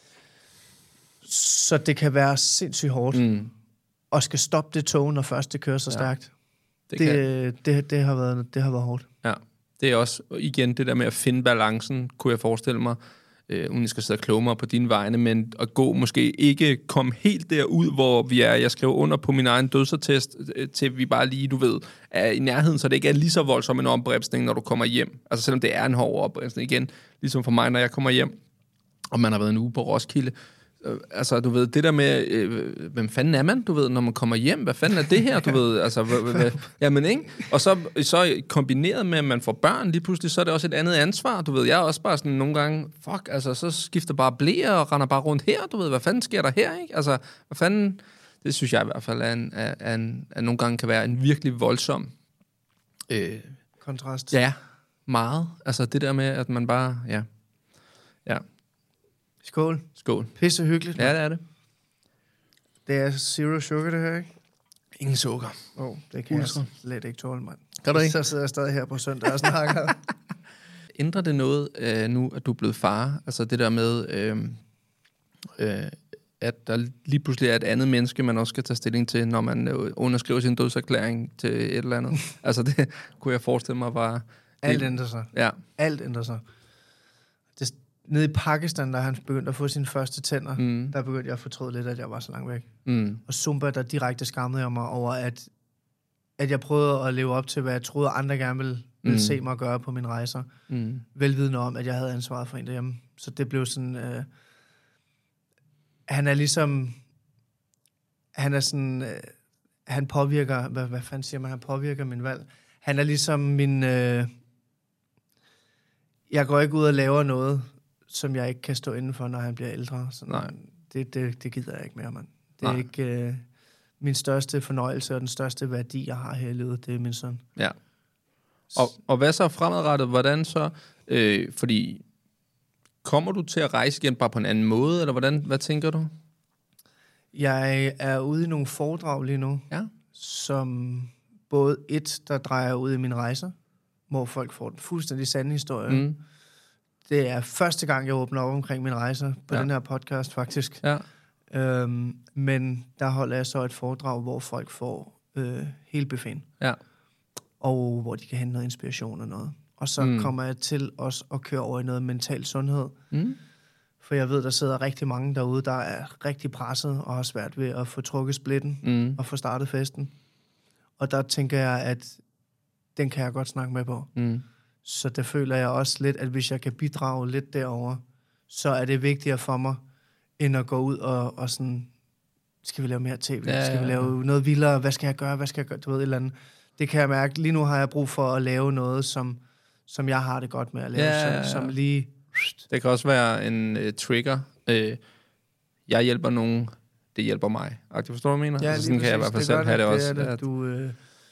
Speaker 5: så det kan være sindssygt hårdt. Mm. Og skal stoppe det tog, når først det kører så stærkt. Ja, det, det, det, det, har været, det har været hårdt.
Speaker 4: Ja. Det er også, igen, det der med at finde balancen, kunne jeg forestille mig, øh, uden jeg skal sidde og kloge mig på dine vegne, men at gå måske ikke komme helt derud, hvor vi er, jeg skriver under på min egen dødsattest, øh, til vi bare lige, du ved, er i nærheden, så det ikke er lige så voldsom en opbremsning, når du kommer hjem. Altså selvom det er en hård opbremsning, igen, ligesom for mig, når jeg kommer hjem, og man har været en uge på Roskilde. Øh, altså, du ved, det der med, øh, hvem fanden er man, du ved, når man kommer hjem? Hvad fanden er det her, du ved? Altså, h- h- h- jamen, ikke? Og så, så kombineret med, at man får børn lige pludselig, så er det også et andet ansvar, du ved. Jeg er også bare sådan nogle gange, fuck, altså, så skifter bare blære og render bare rundt her, du ved. Hvad fanden sker der her, ikke? Altså, hvad fanden... Det synes jeg i hvert fald, er en, er, er en, er nogle gange kan være en virkelig voldsom... Øh,
Speaker 5: kontrast.
Speaker 4: Ja, meget. Altså, det der med, at man bare... Ja, ja.
Speaker 5: Skål.
Speaker 4: Skål.
Speaker 5: Pisse hyggeligt.
Speaker 4: Ja, det er det.
Speaker 5: Det er zero sugar, det her, ikke?
Speaker 4: Ingen sukker.
Speaker 5: Åh, oh, det kan
Speaker 4: Ultra.
Speaker 5: jeg slet ikke tåle, mand.
Speaker 4: Kan du ikke?
Speaker 5: Så sidder jeg stadig her på søndag og snakker.
Speaker 4: Ændrer det noget øh, nu, at du er blevet far? Altså det der med, øh, øh, at der lige pludselig er et andet menneske, man også skal tage stilling til, når man øh, underskriver sin dødserklæring til et eller andet. Altså det kunne jeg forestille mig var...
Speaker 5: Alt ændrer sig.
Speaker 4: Ja.
Speaker 5: Alt ændrer sig. Det, nede i Pakistan, der han begyndte at få sine første tænder, mm. der begyndte jeg at fortryde lidt, at jeg var så langt væk.
Speaker 4: Mm.
Speaker 5: Og Zumba, der direkte skammede jeg mig over, at, at jeg prøvede at leve op til, hvad jeg troede, andre gerne ville, ville mm. se mig gøre på mine rejser. Mm. Velvidende om, at jeg havde ansvaret for en derhjemme. Så det blev sådan... Øh, han er ligesom... Han er sådan... Øh, han påvirker... Hvad, hvad fanden siger man? Han påvirker min valg. Han er ligesom min... Øh, jeg går ikke ud og laver noget, som jeg ikke kan stå inden for, når han bliver ældre. Sådan,
Speaker 4: Nej.
Speaker 5: Det, det, det gider jeg ikke mere, mand. Det er
Speaker 4: Nej.
Speaker 5: ikke... Øh, min største fornøjelse og den største værdi, jeg har her i livet, det er min søn.
Speaker 4: Ja. Og, og hvad så fremadrettet? Hvordan så? Øh, fordi kommer du til at rejse igen bare på en anden måde, eller hvordan? Hvad tænker du?
Speaker 5: Jeg er ude i nogle foredrag lige nu,
Speaker 4: Ja.
Speaker 5: som både et, der drejer ud i mine rejser, hvor folk får den fuldstændig sande historie. Mm. Det er første gang, jeg åbner op omkring mine rejser på ja. den her podcast, faktisk.
Speaker 4: Ja.
Speaker 5: Øhm, men der holder jeg så et foredrag, hvor folk får øh, hele buffeten.
Speaker 4: Ja.
Speaker 5: Og hvor de kan hente noget inspiration og noget. Og så mm. kommer jeg til også at køre over i noget mental sundhed. Mm. For jeg ved, der sidder rigtig mange derude, der er rigtig presset og har svært ved at få trukket splitten mm. og få startet festen. Og der tænker jeg, at den kan jeg godt snakke med på. Mm. Så der føler jeg også lidt, at hvis jeg kan bidrage lidt derover, så er det vigtigere for mig, end at gå ud og, og sådan, skal vi lave mere tv? Ja, skal vi lave noget vildere? Hvad skal jeg gøre? Hvad skal jeg gøre? Du ved, et eller andet. Det kan jeg mærke. Lige nu har jeg brug for at lave noget, som, som jeg har det godt med at lave. Ja, ja, ja. Som, som lige...
Speaker 4: Det kan også være en uh, trigger. Uh, jeg hjælper nogen, det hjælper mig. Du forstår, hvad jeg mener?
Speaker 5: Ja,
Speaker 4: altså, sådan kan jeg i hvert fald selv have det, det også.
Speaker 5: Det, det, du, øh,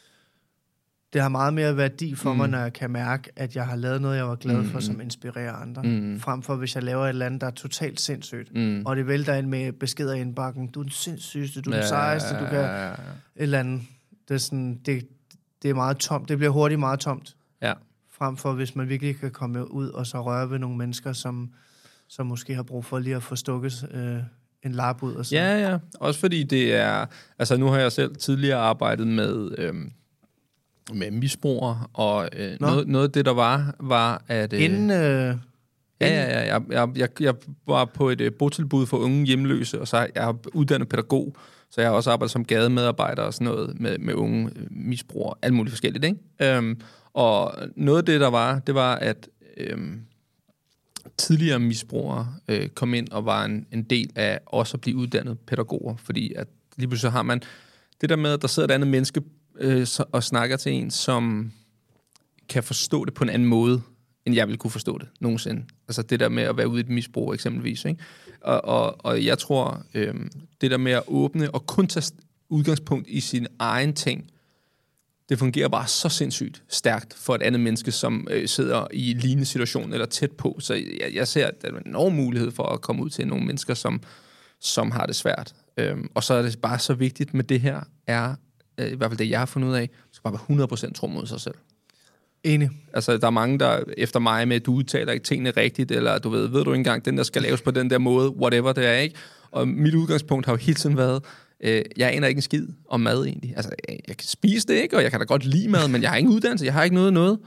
Speaker 5: det har meget mere værdi for mm. mig, når jeg kan mærke, at jeg har lavet noget, jeg var glad for, mm. som inspirerer andre. Mm. Frem for, hvis jeg laver et eller andet, der er totalt sindssygt. Mm. Og det vælter ind med beskeder i indbakken. Du er den sindssygeste, du er ja, den sejeste, du kan... Ja, ja, ja. Et eller andet. Det er, sådan, det, det er meget tomt. Det bliver hurtigt meget tomt.
Speaker 4: Ja.
Speaker 5: Frem for, hvis man virkelig kan komme ud og så røre ved nogle mennesker, som, som måske har brug for lige at få stukket øh, en lap ud. Og så.
Speaker 4: Ja, ja. Også fordi det er... Altså, nu har jeg selv tidligere arbejdet med... Øhm, med misbrugere, og øh, noget, noget af det, der var, var, at... Øh,
Speaker 5: Inden... Øh,
Speaker 4: ja, ja, ja. Jeg, jeg, jeg var på et øh, botilbud for unge hjemløse, og så jeg er uddannet pædagog, så jeg har også arbejdet som gademedarbejder og sådan noget med, med unge øh, misbrugere, alt muligt forskelligt, ikke? Øhm, og noget af det, der var, det var, at øh, tidligere misbrugere øh, kom ind og var en, en del af også at blive uddannet pædagoger, fordi at lige pludselig har man det der med, at der sidder et andet menneske øh, så, og snakker til en, som kan forstå det på en anden måde, end jeg ville kunne forstå det nogensinde. Altså det der med at være ude i et misbrug eksempelvis, ikke? Og, og, og jeg tror, øh, det der med at åbne og kun tage udgangspunkt i sin egen ting, det fungerer bare så sindssygt stærkt for et andet menneske, som øh, sidder i en lignende situation eller tæt på. Så jeg, jeg ser, at der er en enorm mulighed for at komme ud til nogle mennesker, som, som har det svært. Øhm, og så er det bare så vigtigt med det her, er øh, i hvert fald det, jeg har fundet ud af, skal bare være hundrede procent tro mod sig selv.
Speaker 5: Enig.
Speaker 4: Altså, der er mange, der efter mig med, at du udtaler ikke tingene rigtigt, eller du ved, ved du ikke engang, den der skal laves på den der måde, whatever det er, ikke? Og mit udgangspunkt har jo hele tiden været, øh, jeg aner ikke en skid om mad egentlig. Altså, jeg, jeg kan spise det, ikke? Og jeg kan da godt lide mad, men jeg har ingen uddannelse, jeg har ikke noget noget.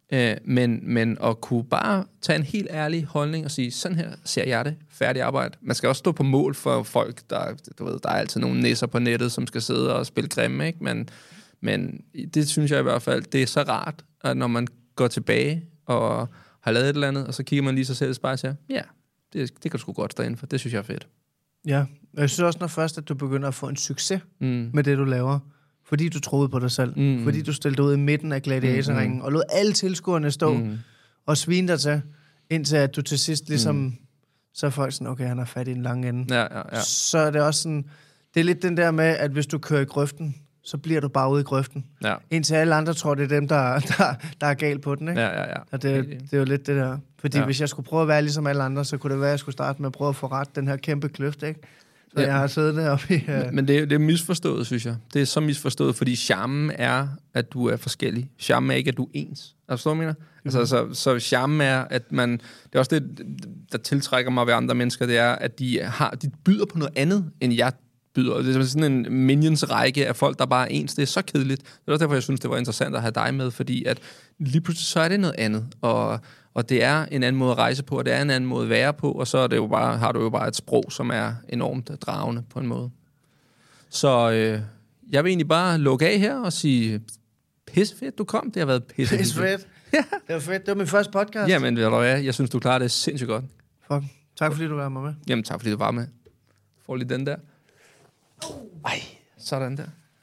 Speaker 4: Øh, men, men at kunne bare tage en helt ærlig holdning og sige, sådan her ser jeg det, færdig arbejde. Man skal også stå på mål for folk, der, du ved, der er altid nogle nisser på nettet, som skal sidde og spille grimme, ikke? Men, men det synes jeg i hvert fald, det er så rart, at når man går tilbage og har lavet et eller andet, og så kigger man lige sig selv og bare siger, ja, det, det kan du sgu godt stå inden for, det synes jeg er fedt.
Speaker 5: Ja, jeg synes også, når først, at du begynder at få en succes
Speaker 4: mm.
Speaker 5: med det, du laver, fordi du troede på dig selv, mm. fordi du stillede ud i midten af gladiatorringen, mm. og lod alle tilskuerne stå mm. og svine dig til, indtil at du til sidst ligesom, mm. så er folk sådan, okay, han har fat i en lang ende.
Speaker 4: Ja, ja, ja.
Speaker 5: Så er det også sådan, det er lidt den der med, at hvis du kører i grøften, så bliver du bare ude i grøften. Ja. Indtil alle andre tror, det er dem, der, der, der er galt på den, ikke?
Speaker 4: Ja, ja, ja.
Speaker 5: Og det, det er jo lidt det der. Fordi ja. hvis jeg skulle prøve at være ligesom alle andre, så kunne det være, at jeg skulle starte med at prøve at få ret den her kæmpe kløft, ikke? Så ja. jeg har siddet deroppe i... Uh...
Speaker 4: Men det er, det er misforstået, synes jeg. Det er så misforstået, fordi charmen er, at du er forskellig. Charmen er ikke, at du er ens. Altså, du mener? Mm-hmm. Altså, så, så charmen er, at man... Det er også det, der tiltrækker mig ved andre mennesker, det er, at de, har, de byder på noget andet, end jeg byder. Det er sådan en minions-række af folk, der bare er ens. Det er så kedeligt. Det er også derfor, jeg synes, det var interessant at have dig med, fordi at lige pludselig så er det noget andet. Og... Og det er en anden måde at rejse på, og det er en anden måde at være på, og så er det jo bare, har du jo bare et sprog, som er enormt dragende på en måde. Så øh, jeg vil egentlig bare lukke af her og sige, pissefedt, du kom. Det har været pissefedt.
Speaker 5: Pissefedt. Ja. Det var fedt. Det var min første podcast.
Speaker 4: Jamen, ved du hvad? Jeg synes, du klarer det sindssygt godt.
Speaker 5: Fuck. Tak fordi du var med.
Speaker 4: Jamen, tak fordi du var med. Får lige den der. Ej, sådan der.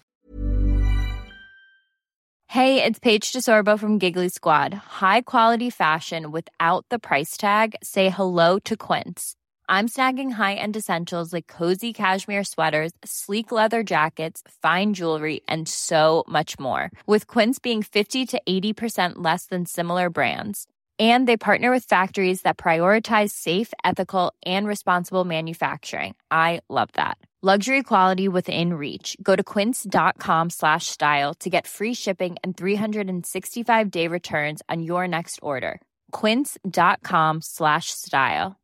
Speaker 6: Hey, it's Paige DeSorbo from Giggly Squad. High quality fashion without the price tag. Say hello to Quince. I'm snagging high-end essentials like cozy cashmere sweaters, sleek leather jackets, fine jewelry, and so much more. With Quince being fifty to eighty percent less than similar brands. And they partner with factories that prioritize safe, ethical, and responsible manufacturing. I love that. Luxury quality within reach. Go to quince.com slash style to get free shipping and three sixty-five day returns on your next order. Quince.com slash style.